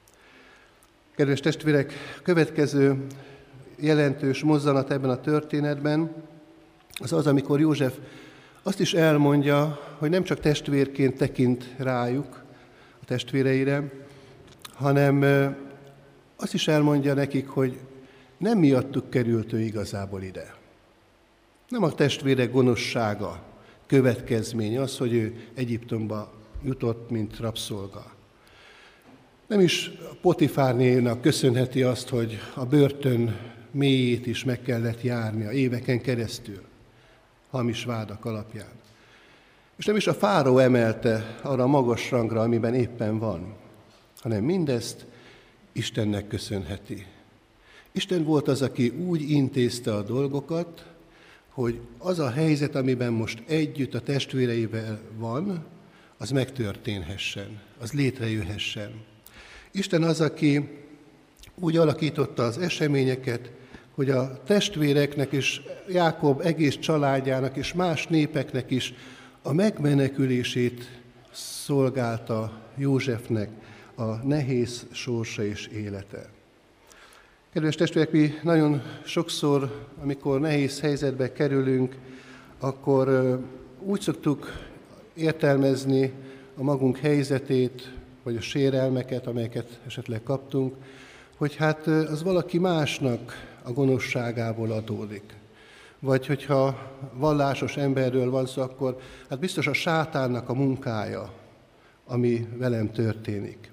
Kedves testvérek, következő jelentős mozzanat ebben a történetben az az, amikor József azt is elmondja, hogy nem csak testvérként tekint rájuk, a testvéreire, hanem azt is elmondja nekik, hogy nem miattuk került ő igazából ide. Nem a testvérek gonoszsága következménye az, hogy ő Egyiptomba jutott, mint rabszolga. Nem is Potifárnénak köszönheti azt, hogy a börtön mélyét is meg kellett járnia éveken keresztül, hamis vádak alapján. És nem is a fáraó emelte arra a magas rangra, amiben éppen van, hanem mindezt Istennek köszönheti. Isten volt az, aki úgy intézte a dolgokat, hogy az a helyzet, amiben most együtt a testvéreivel van, az megtörténhessen, az létrejöhessen. Isten az, aki úgy alakította az eseményeket, hogy a testvéreknek és Jákob egész családjának és más népeknek is a megmenekülését szolgálta Józsefnek a nehéz sorsa és élete. Kedves testvérek, mi nagyon sokszor, amikor nehéz helyzetbe kerülünk, akkor úgy szoktuk értelmezni a magunk helyzetét, vagy a sérelmeket, amelyeket esetleg kaptunk, hogy hát az valaki másnak a gonoszságából adódik. Vagy hogyha vallásos emberről van szó, akkor hát biztos a sátánnak a munkája, ami velem történik.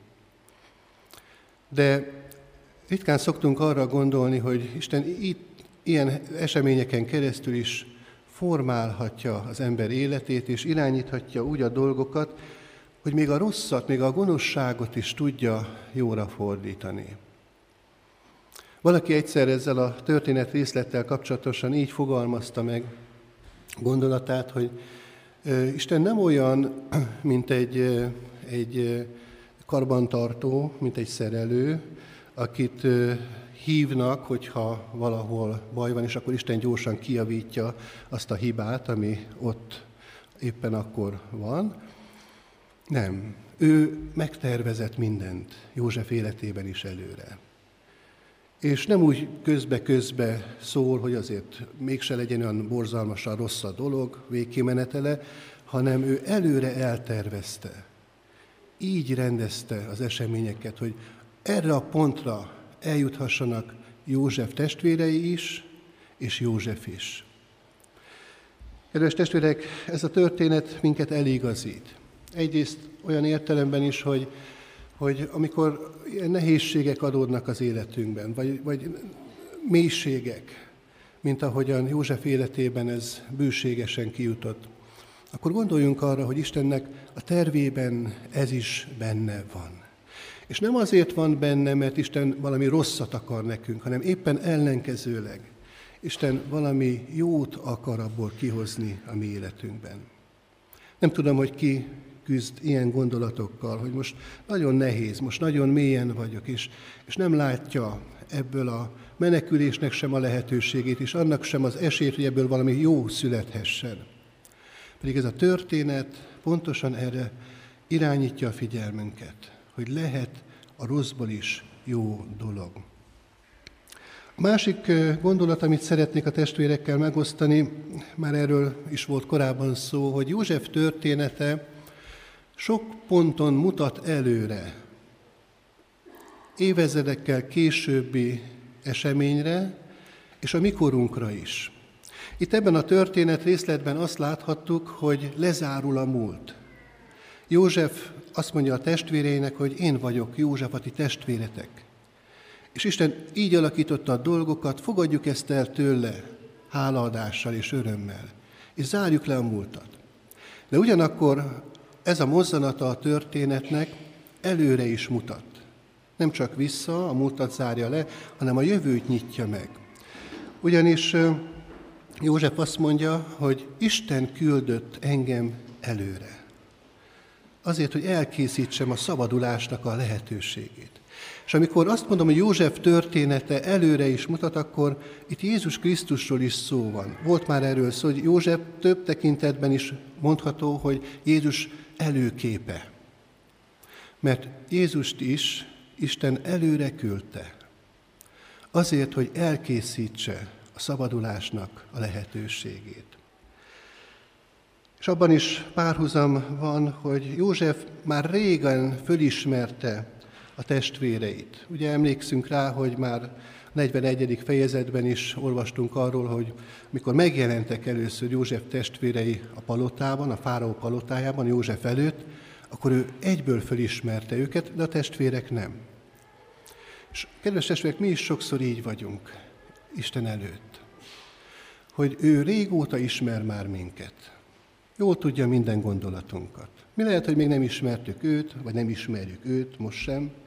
De ritkán szoktunk arra gondolni, hogy Isten itt, ilyen eseményeken keresztül is formálhatja az ember életét, és irányíthatja úgy a dolgokat, hogy még a rosszat, még a gonoszságot is tudja jóra fordítani. Valaki egyszer ezzel a történet részlettel kapcsolatosan így fogalmazta meg gondolatát, hogy Isten nem olyan, mint egy, egy karbantartó, mint egy szerelő, akit hívnak, hogyha valahol baj van, és akkor Isten gyorsan kijavítja azt a hibát, ami ott éppen akkor van. Nem. Ő megtervezett mindent József életében is előre. És nem úgy közbe-közbe szól, hogy azért mégse legyen olyan borzalmasan rossz a dolog, végkimenetele, hanem ő előre eltervezte. Így rendezte az eseményeket, hogy erre a pontra eljuthassanak József testvérei is, és József is. Kedves testvérek, ez a történet minket eligazít. Egyrészt olyan értelemben is, hogy, hogy amikor ilyen nehézségek adódnak az életünkben, vagy, vagy mélységek, mint ahogyan József életében ez bőségesen kijutott, akkor gondoljunk arra, hogy Istennek a tervében ez is benne van. És nem azért van benne, mert Isten valami rosszat akar nekünk, hanem éppen ellenkezőleg. Isten valami jót akar abból kihozni a mi életünkben. Nem tudom, hogy ki küzd ilyen gondolatokkal, hogy most nagyon nehéz, most nagyon mélyen vagyok, és, és nem látja ebből a menekülésnek sem a lehetőségét, és annak sem az esélyt, hogy ebből valami jó születhessen. Pedig ez a történet pontosan erre irányítja a figyelmünket, hogy lehet a rosszból is jó dolog. A másik gondolat, amit szeretnék a testvérekkel megosztani, már erről is volt korábban szó, hogy József története sok ponton mutat előre, évezredekkel későbbi eseményre, és a mikorunkra is. Itt ebben a történet részletben azt láthattuk, hogy lezárul a múlt. József azt mondja a testvéreinek, hogy én vagyok József, a ti testvéretek. És Isten így alakította a dolgokat, fogadjuk ezt el tőle hálaadással és örömmel, és zárjuk le a múltat. De ugyanakkor ez a mozzanata a történetnek előre is mutat. Nem csak vissza, a múltat zárja le, hanem a jövőt nyitja meg. Ugyanis József azt mondja, hogy Isten küldött engem előre. Azért, hogy elkészítsem a szabadulásnak a lehetőségét. És amikor azt mondom, hogy József története előre is mutat, akkor itt Jézus Krisztusról is szó van. Volt már erről szó, hogy József több tekintetben is mondható, hogy Jézus előképe. Mert Jézust is Isten előre küldte. Azért, hogy elkészítse a szabadulásnak a lehetőségét. És abban is párhuzam van, hogy József már régen fölismerte a testvéreit. Ugye emlékszünk rá, hogy már negyvenegyedik fejezetben is olvastunk arról, hogy mikor megjelentek először József testvérei a palotában, a fáraó palotájában, József előtt, akkor ő egyből fölismerte őket, de a testvérek nem. És kedves testvérek, mi is sokszor így vagyunk Isten előtt, hogy ő régóta ismer már minket. Jól tudja minden gondolatunkat. Mi lehet, hogy még nem ismertük őt, vagy nem ismerjük őt, most sem,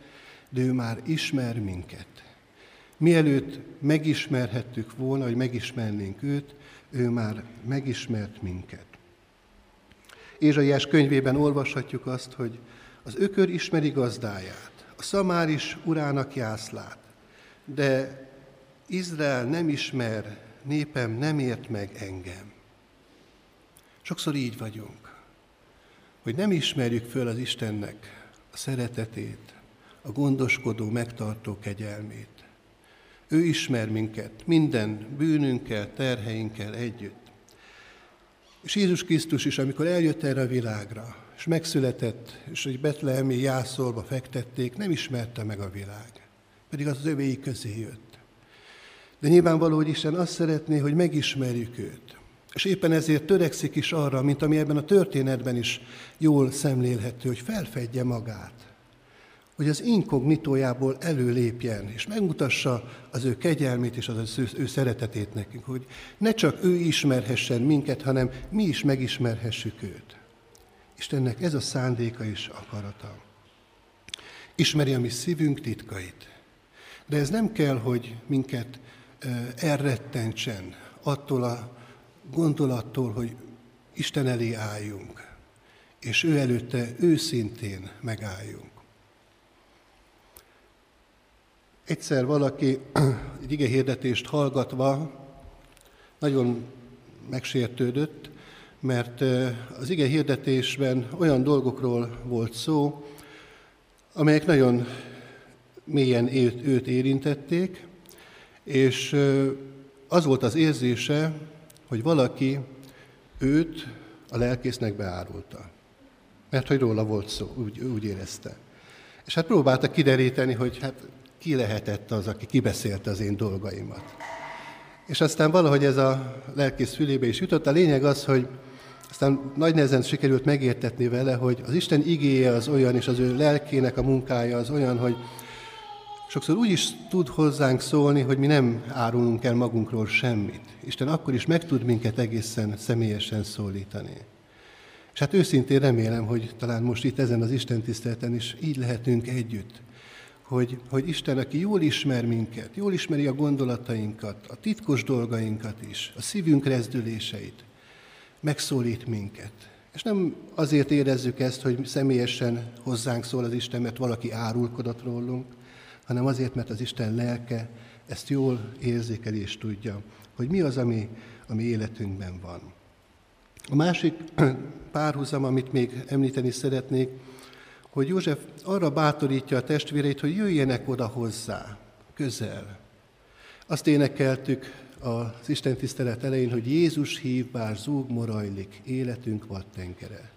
de ő már ismer minket. Mielőtt megismerhettük volna, hogy megismernénk őt, ő már megismert minket. Ézsaiás könyvében olvashatjuk azt, hogy az ökör ismeri gazdáját, a szamár is urának jászlát, de Izrael nem ismer, népem nem ért meg engem. Sokszor így vagyunk, hogy nem ismerjük föl az Istennek a szeretetét, a gondoskodó, megtartó kegyelmét. Ő ismer minket minden bűnünkkel, terheinkkel együtt. És Jézus Krisztus is, amikor eljött erre a világra, és megszületett, és egy betlehemi jászolba fektették, nem ismerte meg a világ, pedig az az övéi közé jött. De nyilvánvaló, hogy Isten azt szeretné, hogy megismerjük őt. És éppen ezért törekszik is arra, mint ami ebben a történetben is jól szemlélhető, hogy felfedje magát. Hogy az inkognitójából előlépjen, és megmutassa az ő kegyelmét és az ő, ő szeretetét nekünk, hogy ne csak ő ismerhessen minket, hanem mi is megismerhessük őt. Istennek ez a szándéka és akarata. Ismeri a mi szívünk titkait. De ez nem kell, hogy minket elrettentsen attól a gondolattól, hogy Isten elé álljunk, és ő előtte őszintén megálljunk. Egyszer valaki egy igehirdetést hallgatva nagyon megsértődött, mert az igehirdetésben olyan dolgokról volt szó, amelyek nagyon mélyen őt érintették, és az volt az érzése, hogy valaki őt a lelkésznek beárulta. Mert hogy róla volt szó, úgy, úgy érezte. És hát próbálta kideríteni, hogy hát ki lehetett az, aki kibeszélte az én dolgaimat. És aztán valahogy ez a lelkész fülébe is jutott. A lényeg az, hogy aztán nagy nehezen sikerült megértetni vele, hogy az Isten igéje az olyan, és az ő lelkének a munkája az olyan, hogy sokszor úgy is tud hozzánk szólni, hogy mi nem árulunk el magunkról semmit. Isten akkor is meg tud minket egészen személyesen szólítani. És hát őszintén remélem, hogy talán most itt ezen az Isten tiszteleten is így lehetünk együtt. Hogy, hogy Isten, aki jól ismer minket, jól ismeri a gondolatainkat, a titkos dolgainkat is, a szívünk rezdüléseit, megszólít minket. És nem azért érezzük ezt, hogy személyesen hozzánk szól az Isten, mert valaki árulkodott rólunk, hanem azért, mert az Isten lelke ezt jól érzékeli és tudja, hogy mi az, ami, ami életünkben van. A másik párhuzam, amit még említeni szeretnék, hogy József arra bátorítja a testvéreit, hogy jöjjenek oda hozzá, közel. Azt énekeltük az Isten tisztelet elején, hogy Jézus hív, bár zúg morajlik, életünk vadtenkere.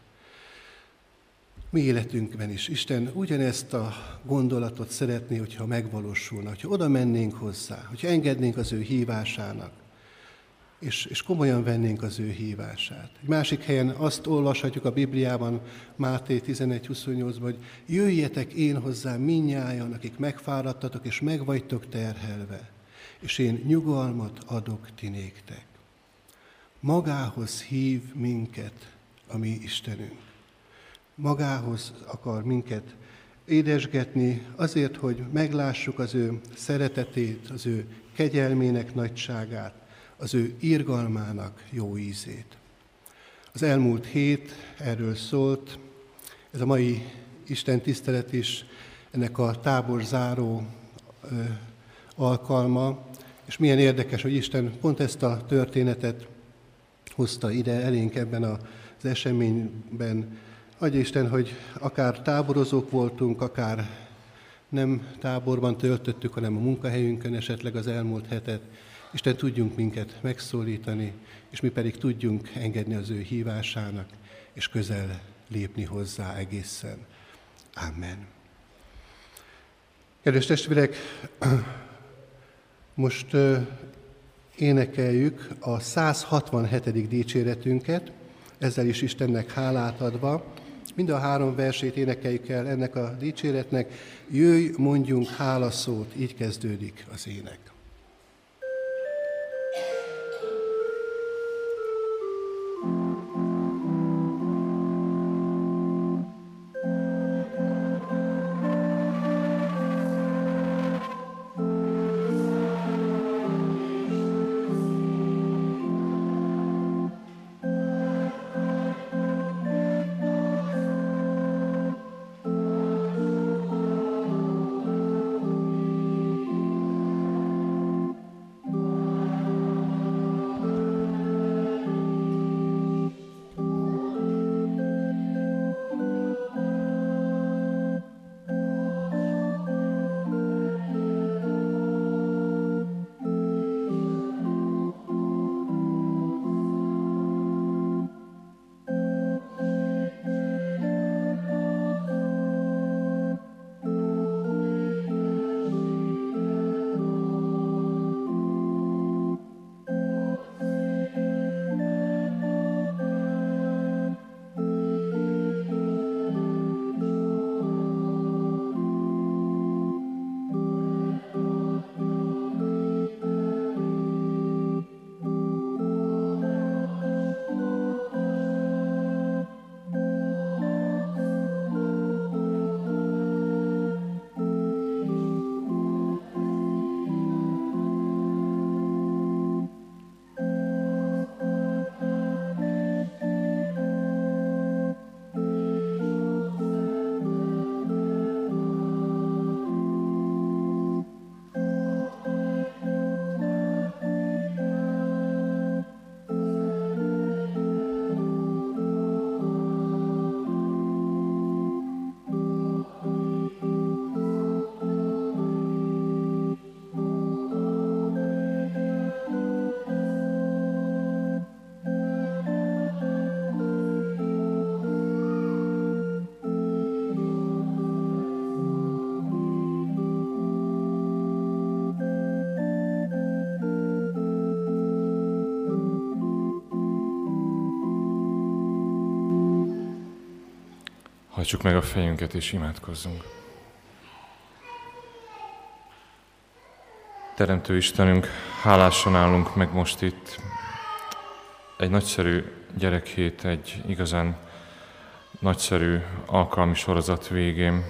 Mi életünkben is Isten ugyanezt a gondolatot szeretné, hogyha megvalósulna, hogyha oda mennénk hozzá, hogyha engednénk az ő hívásának, és, és komolyan vennénk az ő hívását. Egy másik helyen azt olvashatjuk a Bibliában, Máté tizenegy huszonnyolcban, hogy jöjjetek én hozzám mindnyájan, akik megfáradtatok és megvagytok terhelve, és én nyugalmat adok ti néktek. Magához hív minket a mi Istenünk. Magához akar minket édesgetni azért, hogy meglássuk az ő szeretetét, az ő kegyelmének nagyságát, az ő irgalmának jó ízét. Az elmúlt hét erről szólt, ez a mai Isten tisztelet is ennek a tábor záró ö, alkalma, és milyen érdekes, hogy Isten pont ezt a történetet hozta ide elénk ebben az eseményben. Adja Isten, hogy akár táborozók voltunk, akár nem táborban töltöttük, hanem a munkahelyünkön esetleg az elmúlt hetet, Isten tudjunk minket megszólítani, és mi pedig tudjunk engedni az ő hívásának, és közel lépni hozzá egészen. Amen. Kedves testvérek, most énekeljük a száz hatvanhetedik dicséretünket, ezzel is Istennek hálát adva. Mind a három versét énekeljük el ennek a dicséretnek. Jöjj, mondjunk hálaszót, így kezdődik az ének. Hajtsuk meg a fejünket és imádkozzunk. Teremtő Istenünk, hálásan állunk meg most itt. Egy nagyszerű gyerekhét, egy igazán nagyszerű alkalmi sorozat végén.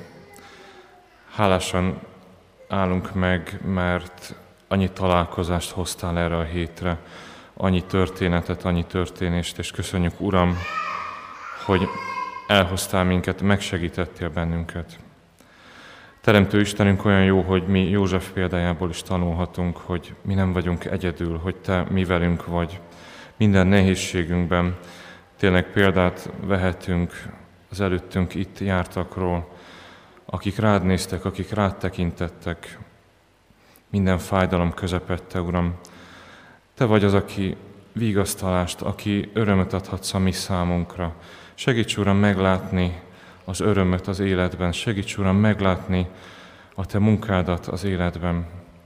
Hálásan állunk meg, mert annyi találkozást hoztál erre a hétre, annyi történetet, annyi történést, és köszönjük, Uram, hogy elhoztál minket, megsegítettél bennünket. Teremtő Istenünk, olyan jó, hogy mi József példájából is tanulhatunk, hogy mi nem vagyunk egyedül, hogy Te mi velünk vagy. Minden nehézségünkben tényleg példát vehetünk az előttünk itt jártakról, akik rád néztek, akik rád tekintettek, minden fájdalom közepette, Uram. Te vagy az, aki vigasztalást, aki örömöt adhatsz a mi számunkra. Segíts, Uram, meglátni az örömöt az életben. Segíts, Uram, meglátni a Te munkádat az életben.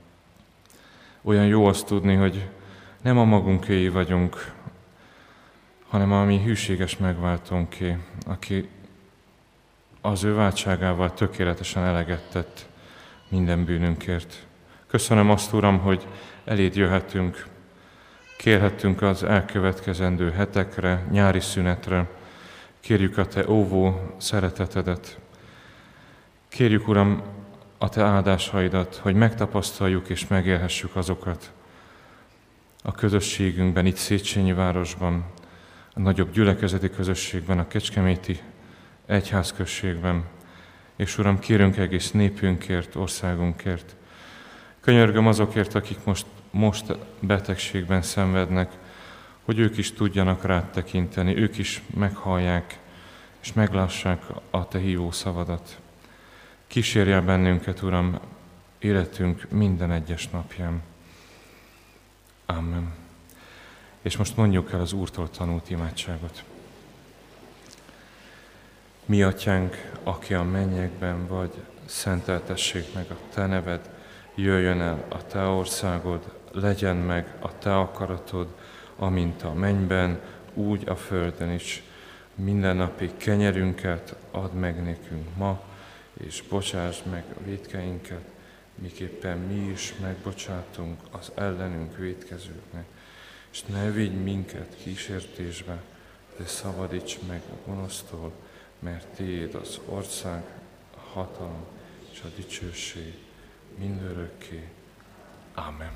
Olyan jó azt tudni, hogy nem a magunkéi vagyunk, hanem a mi hűséges megváltónké, aki az ő váltságával tökéletesen eleget tett minden bűnünkért. Köszönöm azt, Uram, hogy eléd jöhetünk, kérhetünk az elkövetkezendő hetekre, nyári szünetre, kérjük a Te óvó szeretetedet, kérjük, Uram, a Te áldásaidat, hogy megtapasztaljuk és megélhessük azokat a közösségünkben, itt Széchenyi városban, a nagyobb gyülekezeti közösségben, a kecskeméti egyházközségben, és Uram, kérünk egész népünkért, országunkért. Könyörgöm azokért, akik most, most betegségben szenvednek, hogy ők is tudjanak rád tekinteni, ők is meghallják, és meglássák a Te hívó szavadat. Kísérj el bennünket, Uram, életünk minden egyes napján. Amen. És most mondjuk el az Úrtól tanult imádságot. Mi Atyánk, aki a mennyekben vagy, szenteltessék meg a Te neved, jöjjön el a Te országod, legyen meg a Te akaratod, amint a mennyben, úgy a földön is. Mindennapi kenyerünket add meg nekünk ma, és bocsásd meg a vétkeinket, miképpen mi is megbocsátunk az ellenünk vétkezőknek. És ne vigy minket kísértésbe, de szabadíts meg a gonosztól, mert Tiéd az ország, a hatalom és a dicsőség mindörökké. Amen.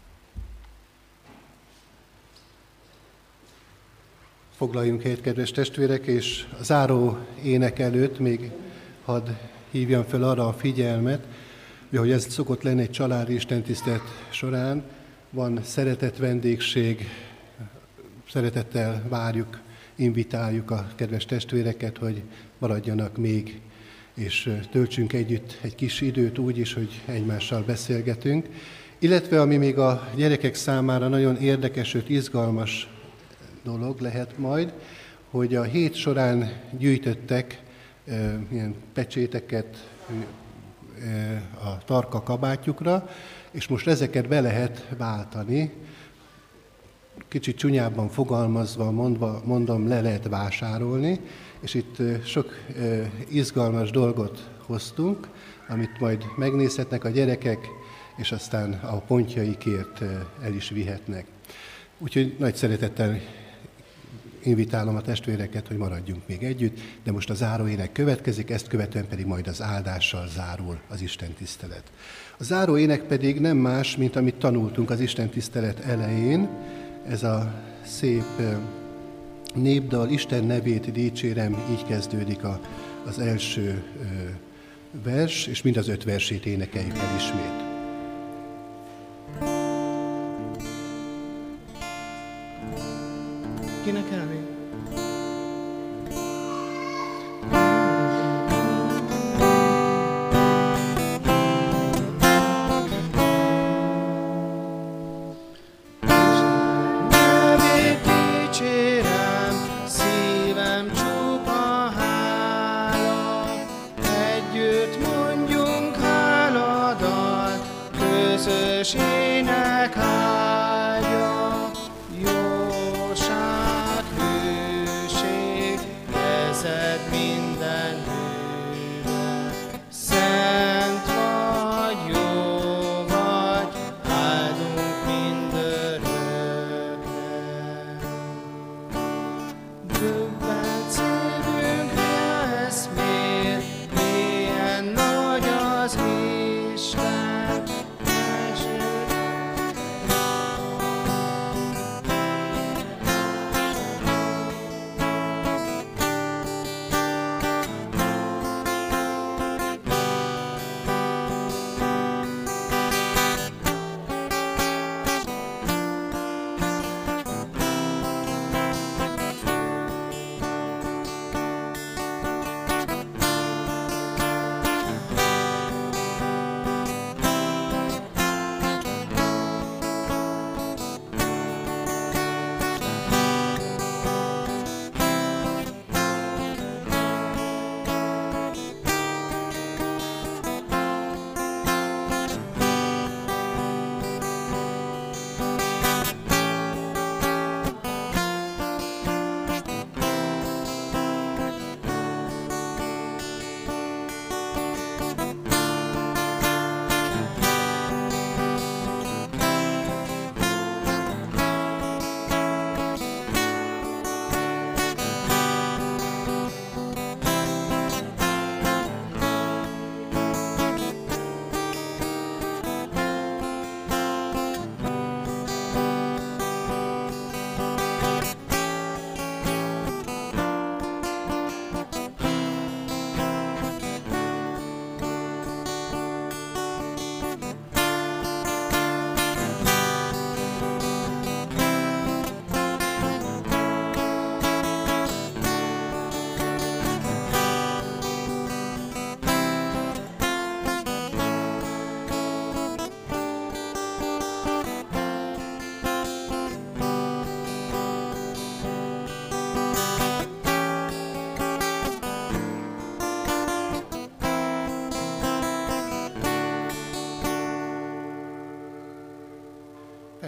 Foglaljunk helyet, kedves testvérek, és a záró ének előtt még hadd hívjam fel arra a figyelmet, hogy ahogy ez szokott lenni egy családi istentisztelet során, van szeretett vendégség, szeretettel várjuk, invitáljuk a kedves testvéreket, hogy maradjanak még, és töltsünk együtt egy kis időt úgy is, hogy egymással beszélgetünk. Illetve ami még a gyerekek számára nagyon érdekes, sőt izgalmas dolog lehet majd, hogy a hét során gyűjtöttek e, ilyen pecséteket e, a tarka kabátjukra, és most ezeket be lehet váltani. Kicsit csúnyábban fogalmazva, mondva, mondom, le lehet vásárolni, és itt sok e, izgalmas dolgot hoztunk, amit majd megnézhetnek a gyerekek, és aztán a pontjaikért el is vihetnek. Úgyhogy nagy szeretettel invitálom a testvéreket, hogy maradjunk még együtt, de most a záróének következik, ezt követően pedig majd az áldással zárul az istentisztelet. A záróének pedig nem más, mint amit tanultunk az istentisztelet elején, ez a szép népdal, Isten nevét dicsérem, így kezdődik a, az első vers, és mind az öt versét énekeljük el ismét. Énekelni? Nevét dicsérem, szívem csupa hála, együtt mondjunk háladalt, közös ének áldja, jóság, hűség, kezed minden hő.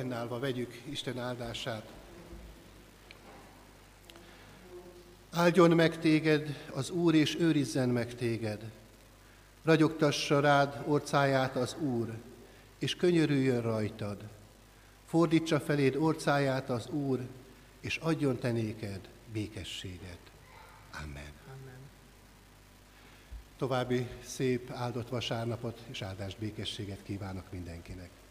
fennállva vegyük Isten áldását. Áldjon meg téged az Úr, és őrizzen meg téged. Ragyogtassa rád orcáját az Úr, és könyörüljön rajtad. Fordítsa feléd orcáját az Úr, és adjon te néked békességet. Amen. Amen. További szép áldott vasárnapot és áldást, békességet kívánok mindenkinek.